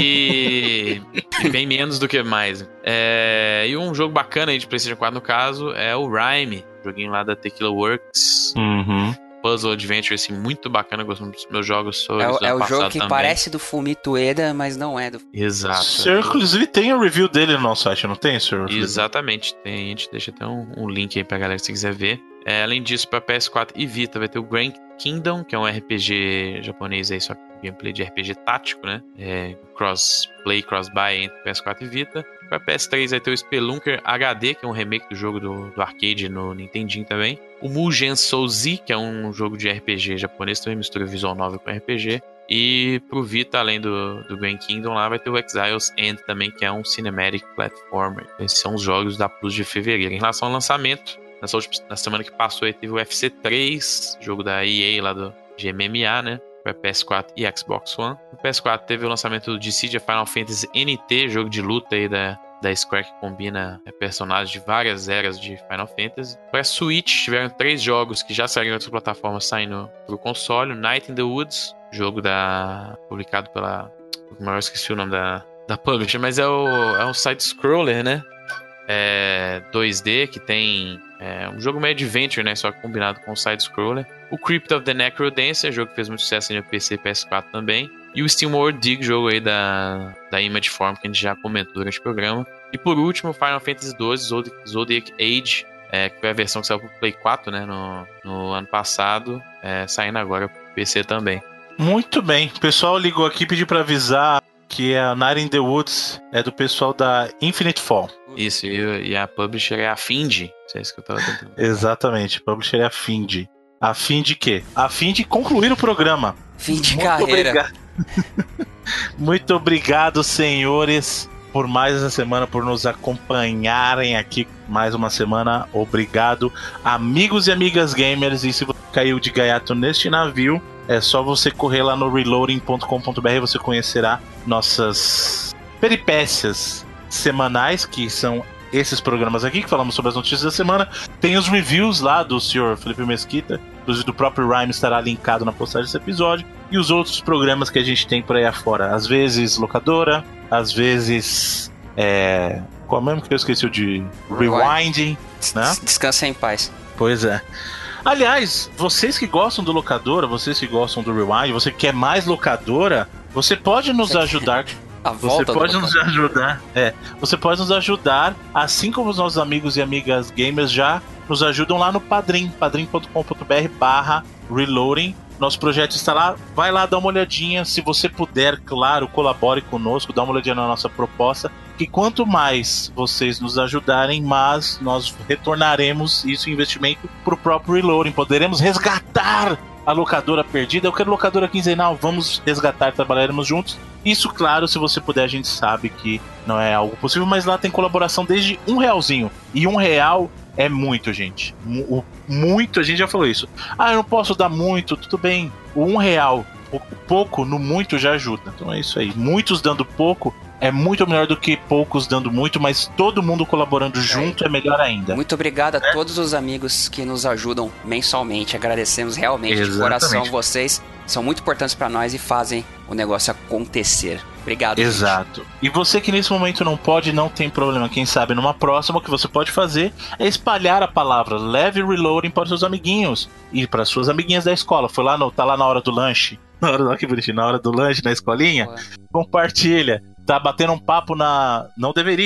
E bem menos do que mais. É... E um jogo bacana aí de PlayStation quatro, no caso, é o Rime, joguinho lá da Tequila Works. Uhum. Puzzle Adventure, assim, muito bacana. Gosto dos meus jogos. Sou é o, é o jogo que também. Parece do Fumito Ueda, mas não é do. Exato. O senhor, inclusive, tem o review dele no nosso site, não tem, senhor? Exatamente, tem. A gente deixa até um, um link aí pra galera se quiser ver. É, além disso, pra P S quatro e Vita vai ter o Grand Kingdom, que é um R P G japonês aí, só que gameplay de R P G tático, né? É, crossplay, cross-buy entre P S quatro e Vita. Pra P S três vai ter o Spelunker H D, que é um remake do jogo do, do arcade no Nintendinho também. O Mugen Soul Z, que é um jogo de R P G japonês, também mistura visual novel com R P G. E pro Vita, além do, do Grand Kingdom lá, vai ter o Exiles End também, que é um cinematic platformer. Esses são os jogos da Plus de fevereiro. Em relação ao lançamento, nessa última, na semana que passou aí teve o U F C três, jogo da E A lá do de M M A, né? Para P S quatro e Xbox One. No P S quatro teve o lançamento do Dissidia Final Fantasy N T, jogo de luta aí da, da Square que combina é, personagens de várias eras de Final Fantasy. Para Switch tiveram três jogos que já saíram em outras plataformas saindo pro console. Night in the Woods, jogo da publicado pela... Eu esqueci o nome da, da publisher, mas é, o, é um side-scroller, né? É, dois D que tem é, um jogo meio adventure, né? Só que combinado com o side-scroller. O Crypt of the Necrodancer, jogo que fez muito sucesso no P C e P S quatro também. E o SteamWorld Dig, jogo aí da, da Imageform, que a gente já comentou durante o programa. E por último, Final Fantasy doze Zodiac, Zodiac Age, é, que foi a versão que saiu pro Play quatro, né? No, no ano passado, é, saindo agora pro P C também. Muito bem. O pessoal ligou aqui e pediu pra avisar que a Night in the Woods é do pessoal da Infinite Fall. Isso, e, e a publisher é a Find. Não sei se que eu tava tentando. Exatamente, a publisher é a Find. A fim de quê? A fim de concluir o programa. Fim de Muito carreira. Obrigado. Muito obrigado, senhores, por mais essa semana, por nos acompanharem aqui mais uma semana. Obrigado, amigos e amigas gamers. E se você caiu de gaiato neste navio, é só você correr lá no reloading ponto com ponto b r, você conhecerá nossas peripécias semanais, que são esses programas aqui, que falamos sobre as notícias da semana. Tem os reviews lá do senhor Felipe Mesquita, inclusive do próprio Rime estará linkado na postagem desse episódio, e os outros programas que a gente tem por aí afora. Às vezes locadora, às vezes é... qual mesmo que eu esqueci o de Rewinding, né? Descansa em paz. Pois é. Aliás, vocês que gostam do locadora, vocês que gostam do Rewind, você que quer mais locadora, você pode nos ajudar. A você volta pode nos ajudar. É, você pode nos ajudar, assim como os nossos amigos e amigas gamers já nos ajudam lá no Padrim, padrim ponto com ponto b r barra reloading. Nosso projeto está lá, vai lá dar uma olhadinha. Se você puder, claro, colabore conosco, dá uma olhadinha na nossa proposta. Que quanto mais vocês nos ajudarem, mais nós retornaremos isso em investimento para o próprio Reloading. Poderemos resgatar a locadora perdida. Eu quero locadora quinzenal, vamos resgatar, trabalharemos juntos. Isso, claro, se você puder, a gente sabe que não é algo possível, mas lá tem colaboração desde um realzinho. E um real é muito, gente. O muito, a gente já falou isso. Ah, eu não posso dar muito, tudo bem. O um real, o pouco no muito já ajuda. Então é isso aí. Muitos dando pouco é muito melhor do que poucos dando muito, mas todo mundo colaborando junto é, é melhor ainda. Muito obrigado a é. todos os amigos que nos ajudam mensalmente. Agradecemos realmente Exatamente. de coração vocês. São muito importantes para nós e fazem o negócio acontecer. Obrigado. Exato. Gente. E você que nesse momento não pode, não tem problema. Quem sabe numa próxima, o que você pode fazer é espalhar a palavra. Leve Reloading para os seus amiguinhos e para as suas amiguinhas da escola. Foi lá no, tá lá na hora do lanche. Na hora, que bonitinho, na hora do lanche, na escolinha. Boa. Compartilha. Tá batendo um papo na... Não deveria.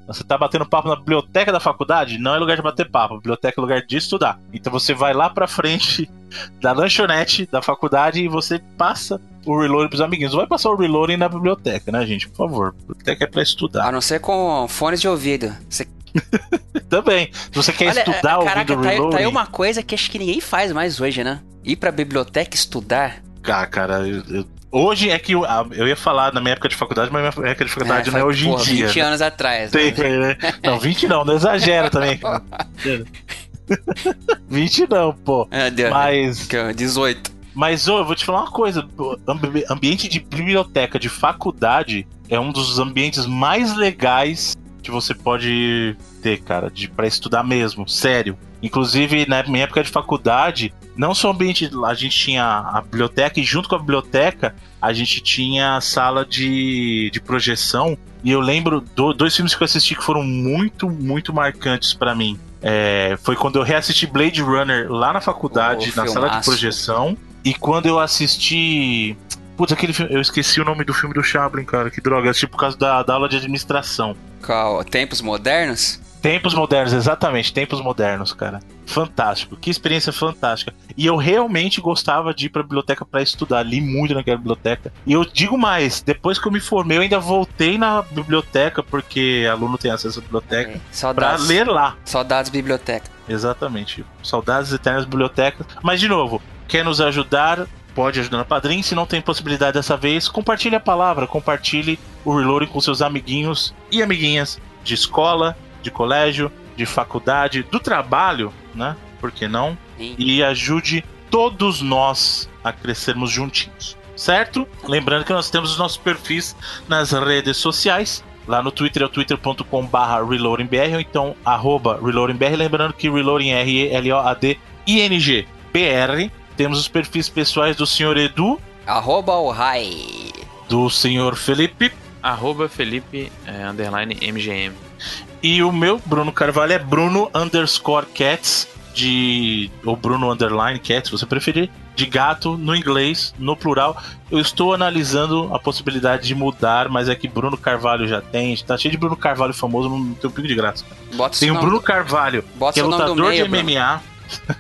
Você tá batendo papo na biblioteca da faculdade? Não é lugar de bater papo, a biblioteca é lugar de estudar. Então você vai lá pra frente da lanchonete da faculdade e você passa o reloading pros amiguinhos. Não vai passar o reloading na biblioteca, né, gente? Por favor, a biblioteca é pra estudar. A não ser com fones de ouvido. Você... Também. Se você quer Olha, estudar caraca, ouvindo tá, reloading... tá aí uma coisa que acho que ninguém faz mais hoje, né? Ir pra biblioteca estudar. Ah, cara, eu, eu, hoje é que eu, eu ia falar na minha época de faculdade, mas minha época de faculdade é, não é hoje porra, em dia. vinte né? anos atrás. Tem, né? né? Não, vinte não, não exagera também. vinte não, pô. É, Deus, mas. dezoito. Mas, ô, eu vou te falar uma coisa: ambi- ambiente de biblioteca de faculdade é um dos ambientes mais legais que você pode ter, cara, de, pra estudar mesmo, sério. Inclusive, na minha época de faculdade, não só o ambiente, a gente tinha a biblioteca e junto com a biblioteca, a gente tinha a sala de, de projeção. E eu lembro do, dois filmes que eu assisti que foram muito, muito marcantes pra mim. É, foi quando eu reassisti Blade Runner lá na faculdade, oh, na sala de projeção. E quando eu assisti... Putz, aquele filme, eu esqueci o nome do filme do Chaplin, cara, que droga. Eu assisti por causa da, da aula de administração. Qual? Tempos Modernos? Tempos Modernos, exatamente, Tempos Modernos, cara. Fantástico, que experiência fantástica. E eu realmente gostava de ir pra biblioteca pra estudar, li muito naquela biblioteca. E eu digo mais, depois que eu me formei, eu ainda voltei na biblioteca, porque aluno tem acesso à biblioteca, é, saudades, pra ler lá. Saudades biblioteca. Exatamente, saudades eternas bibliotecas. Mas, de novo, quer nos ajudar... Pode ajudar na Padrim, se não tem possibilidade dessa vez, compartilhe a palavra, compartilhe o Reloading com seus amiguinhos e amiguinhas de escola, de colégio, de faculdade, do trabalho, né? Por que não? Sim. E ajude todos nós a crescermos juntinhos, certo? Lembrando que nós temos os nossos perfis nas redes sociais. Lá no Twitter é o twitter ponto com barra reloadingbr ou então arroba reloadingbr. Lembrando que Reloading é R E L O A D I N G B R. Temos os perfis pessoais do senhor Edu. Arroba o Rai. Do senhor Felipe. Arroba Felipe, é, underline M G M. E o meu, Bruno Carvalho, é Bruno underscore cats. De, ou Bruno underline cats, se você preferir. De gato, no inglês, no plural. Eu estou analisando a possibilidade de mudar, mas é que Bruno Carvalho já tem. Tá cheio de Bruno Carvalho famoso, não tem um pico de graça. Bota tem o Bruno Carvalho, Bota que é lutador meio, de M M A.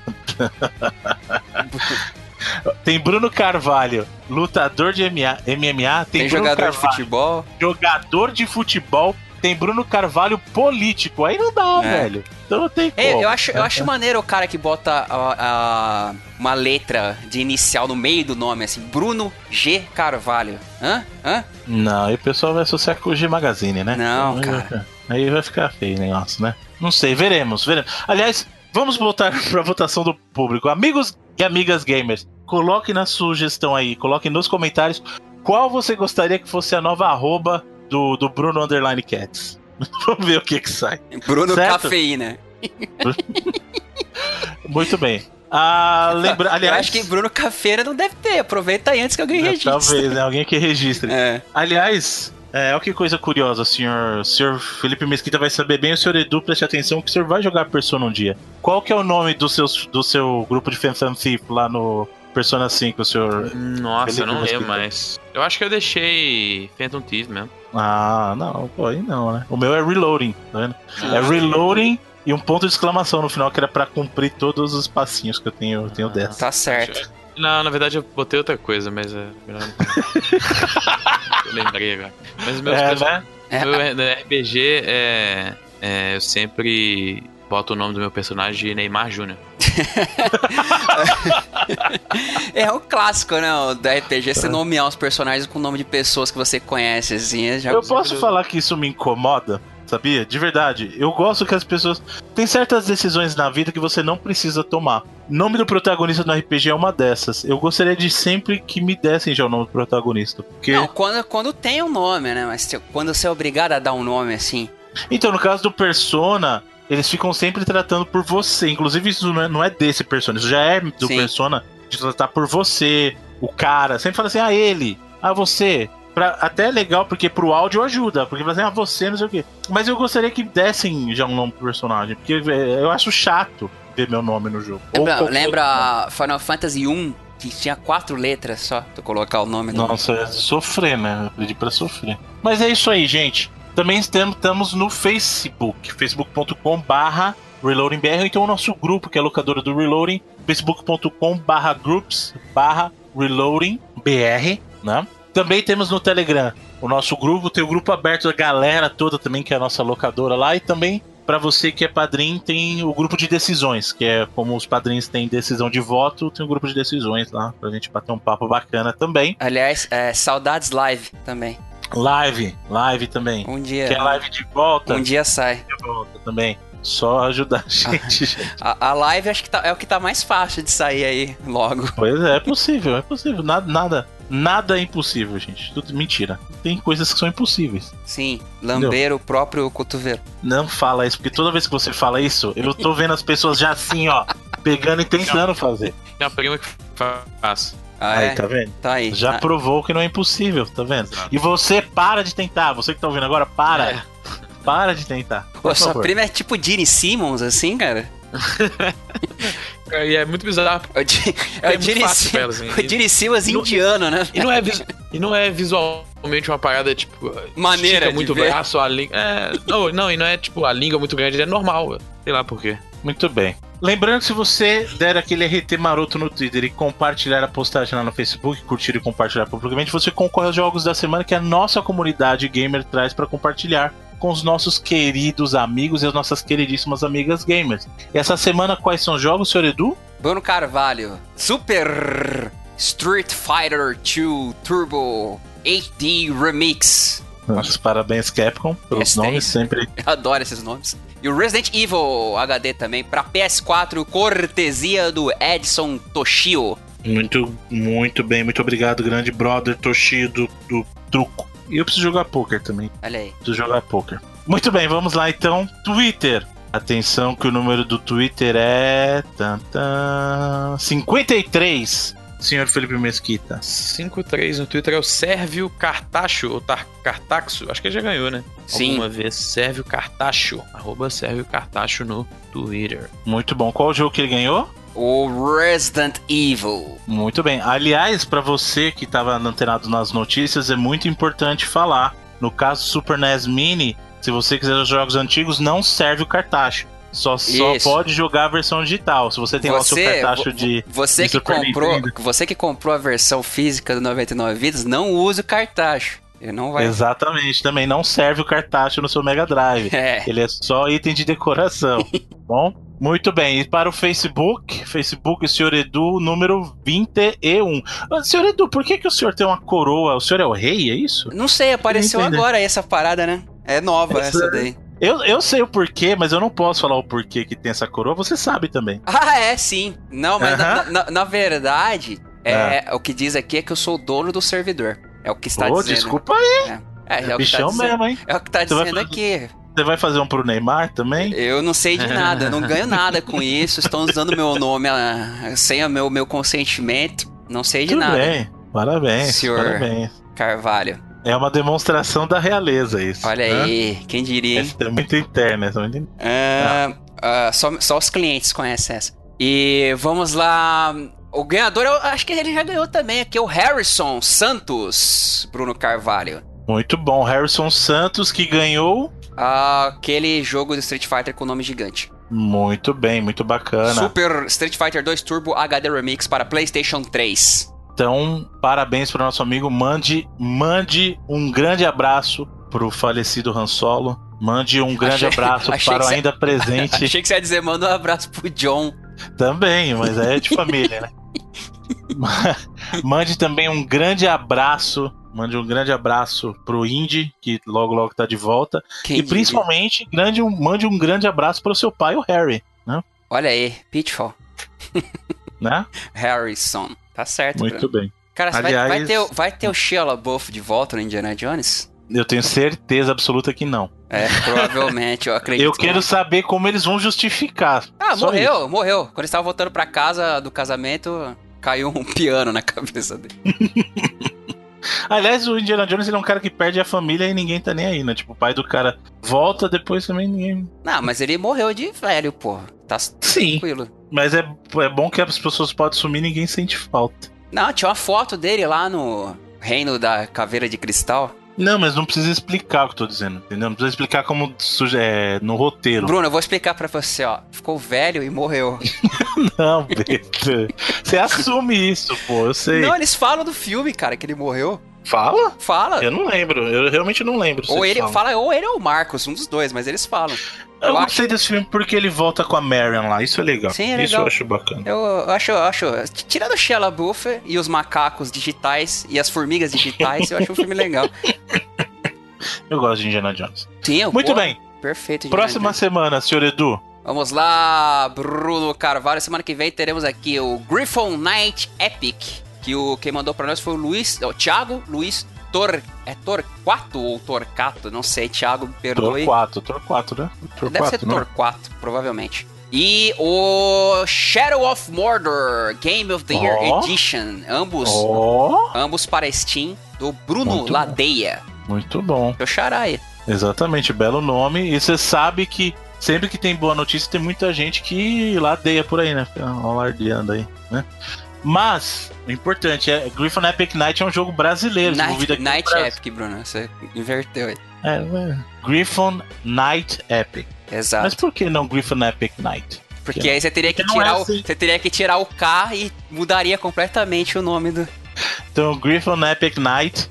Tem Bruno Carvalho, lutador de M M A. Tem, tem Bruno jogador Carvalho, de futebol. Jogador de futebol. Tem Bruno Carvalho político. Aí não dá, é. velho. Então não tem como. É, eu, acho, eu acho maneiro o cara que bota a, a, uma letra de inicial no meio do nome, assim. Bruno G. Carvalho. Hã? Hã? Não, aí o pessoal vai associar com o G Magazine, né? Não, então, cara. Aí vai ficar feio o negócio, né? Não sei, veremos, veremos. Aliás, vamos voltar para a votação do público. Amigos e amigas gamers, coloque na sugestão aí, coloque nos comentários qual você gostaria que fosse a nova arroba do, do Bruno Underline Cats. Vamos ver o que que sai. Bruno certo? Cafeína. Muito bem. Ah, lembra... Aliás, eu acho que Bruno Cafeira não deve ter. Aproveita aí antes que alguém registre. Talvez, né? Alguém que registre. É. Aliás... É, olha que coisa curiosa, senhor, senhor Felipe Mesquita vai saber bem, o senhor Edu, preste atenção que o senhor vai jogar Persona um dia. Qual que é o nome do seu, do seu grupo de Fan Fan Thief lá no Persona cinco, senhor? Nossa, Felipe eu não Mesquita? lembro mais. Eu acho que eu deixei Phantom Thief mesmo. Ah, não, pô, aí não, né? O meu é Reloading, tá vendo? Ah, é Reloading e um ponto de exclamação no final, que era pra cumprir todos os passinhos que eu tenho, eu tenho dez. Tá certo. Não, na verdade eu botei outra coisa, mas é melhor não. Eu lembrei agora. Mas meus é, perso... né? meu R P G é, é. Eu sempre boto o nome do meu personagem de Neymar Júnior É um clássico, né? O da R P G, você nomear os personagens com o nome de pessoas que você conhece, assim. Já... Eu posso falar que isso me incomoda? Sabia? De verdade. Eu gosto que as pessoas... Tem certas decisões na vida que você não precisa tomar. O nome do protagonista no R P G é uma dessas. Eu gostaria de sempre que me dessem já o nome do protagonista. Porque... Não, quando, quando tem um nome, né? Mas quando você é obrigado a dar um nome assim... Então, no caso do Persona, eles ficam sempre tratando por você. Inclusive, isso não é, não é desse Persona. Isso já é do Sim. Persona de tratar por você. O cara. Sempre fala assim, ah, ele. Ah, você... Pra, até é legal, porque pro áudio ajuda. Porque fala assim, ah, você, não sei o quê. Mas eu gostaria que dessem já um nome pro personagem. Porque eu acho chato ver meu nome no jogo. Lembra, lembra Final Fantasy um, que tinha quatro letras só, pra colocar o nome do... Nossa, é sofrer, né? Eu pedi pra sofrer. Mas é isso aí, gente. Também estamos no Facebook, facebook ponto com barra reloading b r, ou então o nosso grupo, que é a locadora do Reloading, facebook ponto com barra groups barra reloading b r, né? Também temos no Telegram o nosso grupo, tem o grupo aberto da galera toda também, que é a nossa locadora lá, e também para você que é padrinho, tem o grupo de decisões, que é como os padrinhos têm decisão de voto, tem o grupo de decisões lá, pra gente bater um papo bacana também. Aliás, é, saudades live também. Live, live também. Um dia. Que é live de volta. Um dia sai. De volta também. Só ajudar a gente, gente. A, a live acho que tá, é o que tá mais fácil de sair aí logo. Pois é, é possível, é possível. Nada, nada, nada é impossível, gente. Tudo mentira. Tem coisas que são impossíveis. Sim, lamber Entendeu? O próprio cotovelo. Não fala isso, porque toda vez que você fala isso, eu tô vendo as pessoas já assim, ó, pegando e tentando fazer. Tem uma prima que faz. Ah, aí, é? tá vendo? Tá aí. Já ah. provou que não é impossível, tá vendo? Exato. E você para de tentar, você que tá ouvindo agora, para. É. Para de tentar. Pô, sua favor. Prima é tipo Gene Simmons, assim, cara? E é muito bizarro. É o, G- é o Gene Simmons, assim. O Gene Simmons indiano, né? E não, é visu- e não é visualmente uma parada, tipo... Maneira muito de ver. braço, a língua... É, não, não, e não é, tipo, a língua muito grande, é normal. Sei lá por quê. Muito bem. Lembrando que se você der aquele R T maroto no Twitter e compartilhar a postagem lá no Facebook, curtir e compartilhar publicamente, você concorre aos jogos da semana que a nossa comunidade gamer traz para compartilhar com os nossos queridos amigos e as nossas queridíssimas amigas gamers. E essa semana quais são os jogos, senhor Edu? Bruno Carvalho, Super Street Fighter dois Turbo H D Remix. Nossos parabéns, Capcom, pelos Esse nomes, sempre. Eu adoro esses nomes. E o Resident Evil H D também, pra P S quatro, cortesia do Edson Toshio. Muito, muito bem, muito obrigado, grande brother Toshio do, do Truco. E eu preciso jogar poker também. Olha aí. Preciso jogar poker. Muito bem, vamos lá então. Twitter. Atenção que o número do Twitter é... Tan, tan, cinquenta e três. Senhor Felipe Mesquita. cinquenta e três no Twitter é o Sérvio Cartacho, ou Tar- Cartaxo, acho que ele já ganhou, né? Sim. Alguma vez, Sérvio Cartacho, arroba Sérvio Cartacho no Twitter. Muito bom. Qual o jogo que ele ganhou? O Resident Evil. Muito bem. Aliás, pra você que estava antenado nas notícias, é muito importante falar. No caso do Super N E S Mini, se você quiser os jogos antigos, não serve o cartacho. Só, só pode jogar a versão digital. Se você tem você, lá o seu cartacho de, você de que Super comprou, Nintendo. Você que comprou a versão física do noventa e nove vidas, não use o cartacho. Ele não vai... Exatamente. Também não serve o cartacho no seu Mega Drive. É. Ele é só item de decoração. Bom? Muito bem, e para o Facebook, Facebook, senhor Edu, número vinte e um. Senhor Edu, por que, que o senhor tem uma coroa? O senhor é o rei, é isso? Não sei, apareceu agora essa parada, né? É nova essa, essa daí. Eu, eu sei o porquê, mas eu não posso falar o porquê que tem essa coroa, você sabe também. Ah, é, sim. Não, mas uh-huh. na, na, na verdade, é, ah. o que diz aqui é que eu sou o dono do servidor. É o que está Ô, dizendo. Desculpa aí. É, é, é, é o bichão que tá mesmo, hein? É o que tá você dizendo vai... aqui. Você vai fazer um pro Neymar também? Eu não sei de nada, eu não ganho nada com isso. Estão usando meu nome a, sem o meu, meu consentimento. Não sei de Tudo nada. Bem. Parabéns, senhor parabéns. Carvalho. É uma demonstração da realeza isso. Olha né? aí, quem diria, hein? Essa é muito interna. Essa é muito... Uh, uh, só, só os clientes conhecem essa. E vamos lá. O ganhador, eu acho que ele já ganhou também. Aqui é o Harrison Santos, Bruno Carvalho. Muito bom, Harrison Santos que ganhou... aquele jogo do Street Fighter com nome gigante. Muito bem, muito bacana. Super Street Fighter dois Turbo H D Remix para PlayStation três. Então, parabéns para o nosso amigo. Mande, mande um grande abraço pro falecido Han Solo. Mande um grande achei, abraço para o ainda cê... presente. Achei que você ia dizer, manda um abraço pro John. Também, mas é de família, né? Mande também um grande abraço. Mande um grande abraço pro Indy, que logo logo tá de volta. Quem e diria? Principalmente, grande, mande um grande abraço pro seu pai, o Harry, né? Olha aí, Pitfall. Né? Harrison. Tá certo, muito Bruno. bem. Cara, Aliás, vai, vai, ter, vai ter o Shia LaBeouf de volta no Indiana Jones? Eu tenho certeza absoluta que não. É, provavelmente, eu acredito. Eu quero saber como eles vão justificar. Ah, morreu, isso. morreu. Quando eles estavam voltando pra casa do casamento, caiu um piano na cabeça dele. Aliás, o Indiana Jones ele é um cara que perde a família e ninguém tá nem aí, né? Tipo, o pai do cara volta, depois também ninguém... Não, mas ele morreu de velho, pô. Tá Sim, tranquilo. Mas é, é bom que as pessoas podem sumir e ninguém sente falta. Não, tinha uma foto dele lá no Reino da Caveira de Cristal. Não, mas não precisa explicar o que eu tô dizendo, entendeu? Não precisa explicar como é, no roteiro. Bruno, eu vou explicar pra você, ó. Ficou velho e morreu. Não, Beto. Você assume isso, pô, eu sei. Não, eles falam do filme, cara, que ele morreu. Fala? Fala. Eu não lembro, eu realmente não lembro. Ou ele fala, ou ele ou o Marcos, um dos dois, mas eles falam. Eu, eu gostei acho... desse filme porque ele volta com a Marion lá, isso é legal. Sim, é legal. Isso eu acho bacana. Eu, eu acho, eu acho, tirando o Shia LaBeouf e os macacos digitais e as formigas digitais, eu acho um filme legal. Eu gosto de Indiana Jones. Sim, eu Muito pô, bem. Perfeito. Indiana Próxima Jones. semana, senhor Edu. Vamos lá, Bruno Carvalho. Semana que vem teremos aqui o Griffon Knight Epic, que o, quem mandou pra nós foi o Luiz, o Thiago Luiz Tor, é Torquato ou Torcato? Não sei, Thiago, me perdoe. Torquato, Torquato, né? Torquato, Deve ser né? Torquato, provavelmente. E o Shadow of Mordor Game of the oh. Year Edition, ambos, oh. ambos para Steam, do Bruno Muito Ladeia. Bom. Muito bom. Meu xará aí. Exatamente, belo nome. E você sabe que sempre que tem boa notícia, tem muita gente que ladeia por aí, né? Fica alardeando aí, né? Mas, o importante é, Griffon Epic Knight é um jogo brasileiro. Night, aqui Night Epic, Bruno, você inverteu aí. É, é. Griffon Knight Epic. Exato. Mas por que não Griffon Epic Knight? Porque que aí você teria que tirar é assim. o, você teria que tirar o K e mudaria completamente o nome do... Então, Griffon Epic Knight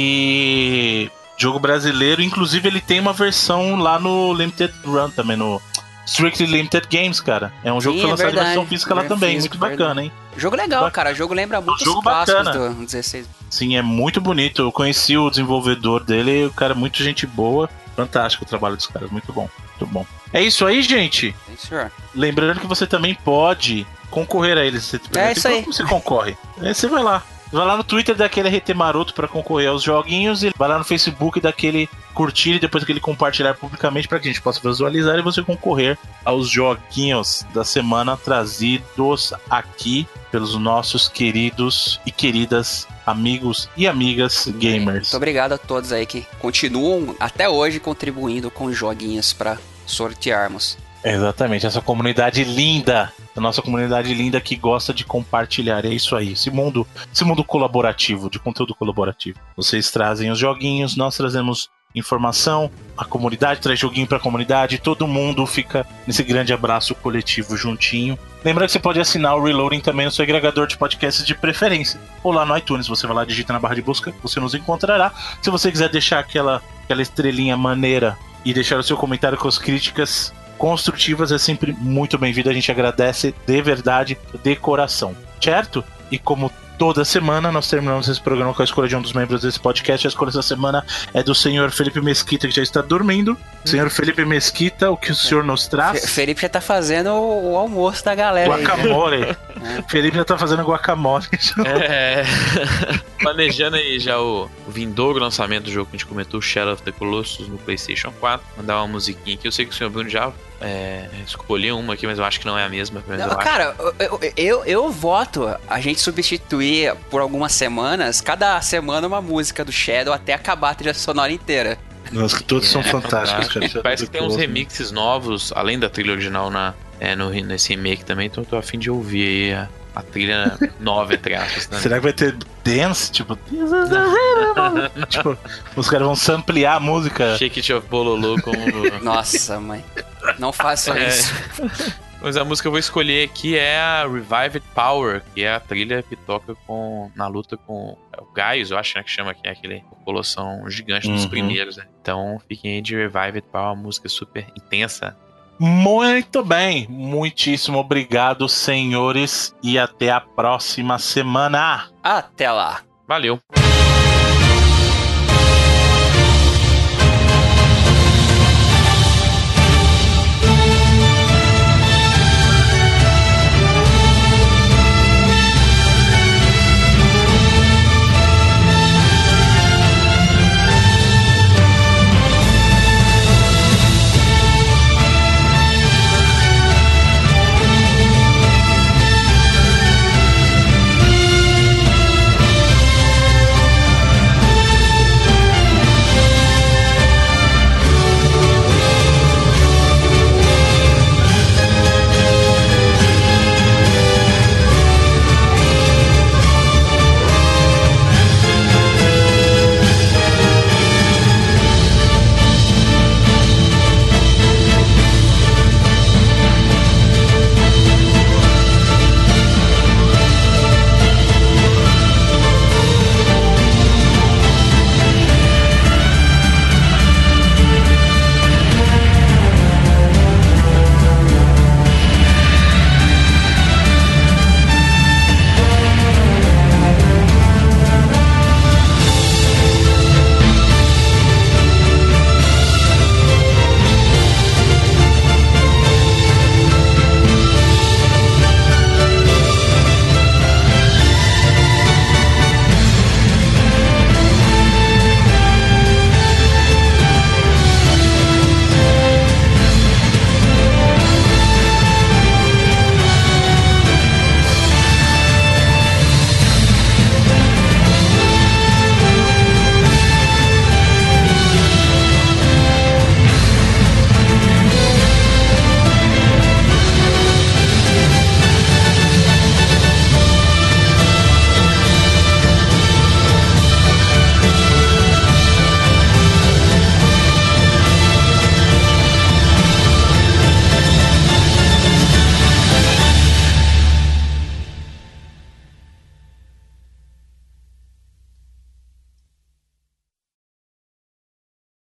e... jogo brasileiro, inclusive ele tem uma versão lá no Limited Run também, no Strictly Limited Games, cara. É um jogo Sim, que foi lançado é verdade, em versão física lá também, físico, muito bacana, verdade. hein? Jogo legal, Ba- cara. O jogo lembra muito jogo os clássicos bacana. do dezesseis. Sim, é muito bonito. Eu conheci o desenvolvedor dele, o cara é muito gente boa. Fantástico o trabalho dos caras, muito bom, muito bom. É isso aí, gente. Sim, senhor. Lembrando que você também pode concorrer a eles. Você é isso aí. Como você concorre? Aí você vai lá. Vai lá no Twitter daquele R T Maroto pra concorrer aos joguinhos e vai lá no Facebook daquele curtir e depois aquele compartilhar publicamente pra que a gente possa visualizar e você concorrer aos joguinhos da semana trazidos aqui pelos nossos queridos e queridas amigos e amigas gamers. Muito obrigado a todos aí que continuam até hoje contribuindo com joguinhos pra sortearmos. Exatamente, essa comunidade linda, a nossa comunidade linda que gosta de compartilhar, é isso aí, esse mundo, esse mundo colaborativo, de conteúdo colaborativo. Vocês trazem os joguinhos, nós trazemos informação, a comunidade traz joguinho pra comunidade, todo mundo fica nesse grande abraço coletivo juntinho. Lembrando que você pode assinar o Reloading também no seu agregador de podcasts de preferência, ou lá no iTunes, você vai lá, digita na barra de busca, você nos encontrará. Se você quiser deixar aquela, aquela estrelinha maneira e deixar o seu comentário com as críticas construtivas, é sempre muito bem-vindo, a gente agradece de verdade, de coração, certo? E como toda semana nós terminamos esse programa com a escolha de um dos membros desse podcast. A escolha dessa semana é do senhor Felipe Mesquita, que já está dormindo. Senhor Felipe Mesquita, o que o senhor nos traz? O Felipe já tá fazendo o, o almoço da galera. Guacamole. Aí, né? Felipe já tá fazendo guacamole. É. Planejando aí já o, o vindouro lançamento do jogo que a gente comentou, Shadow of the Colossus no PlayStation quatro. Mandar uma musiquinha aqui. Eu sei que o senhor Bruno já é, escolheu uma aqui, mas eu acho que não é a mesma. Mas não, eu cara, eu, eu, eu, eu voto a gente substituir por algumas semanas, cada semana uma música do Shadow até acabar a trilha sonora inteira. Nossa, todos é, são fantásticos, cara. Parece que tem uns remixes novos, além da trilha original na, é, no, nesse remake também, então eu tô a fim de ouvir aí a, a trilha nova, entre aspas. Né? Será que vai ter dance? Tipo, tipo, os caras vão samplear a música. Shake It of Bololô como... Nossa, mãe. Não façam é. isso. Mas a música que eu vou escolher aqui é a Revived Power, que é a trilha que toca com, na luta com o Gaius, eu acho, né, que chama, que é aquele colossão gigante dos uhum. primeiros, né? Então fiquem aí de Revived Power, uma música super intensa. Muito bem, muitíssimo obrigado, senhores, e até a próxima semana. Até lá. Valeu.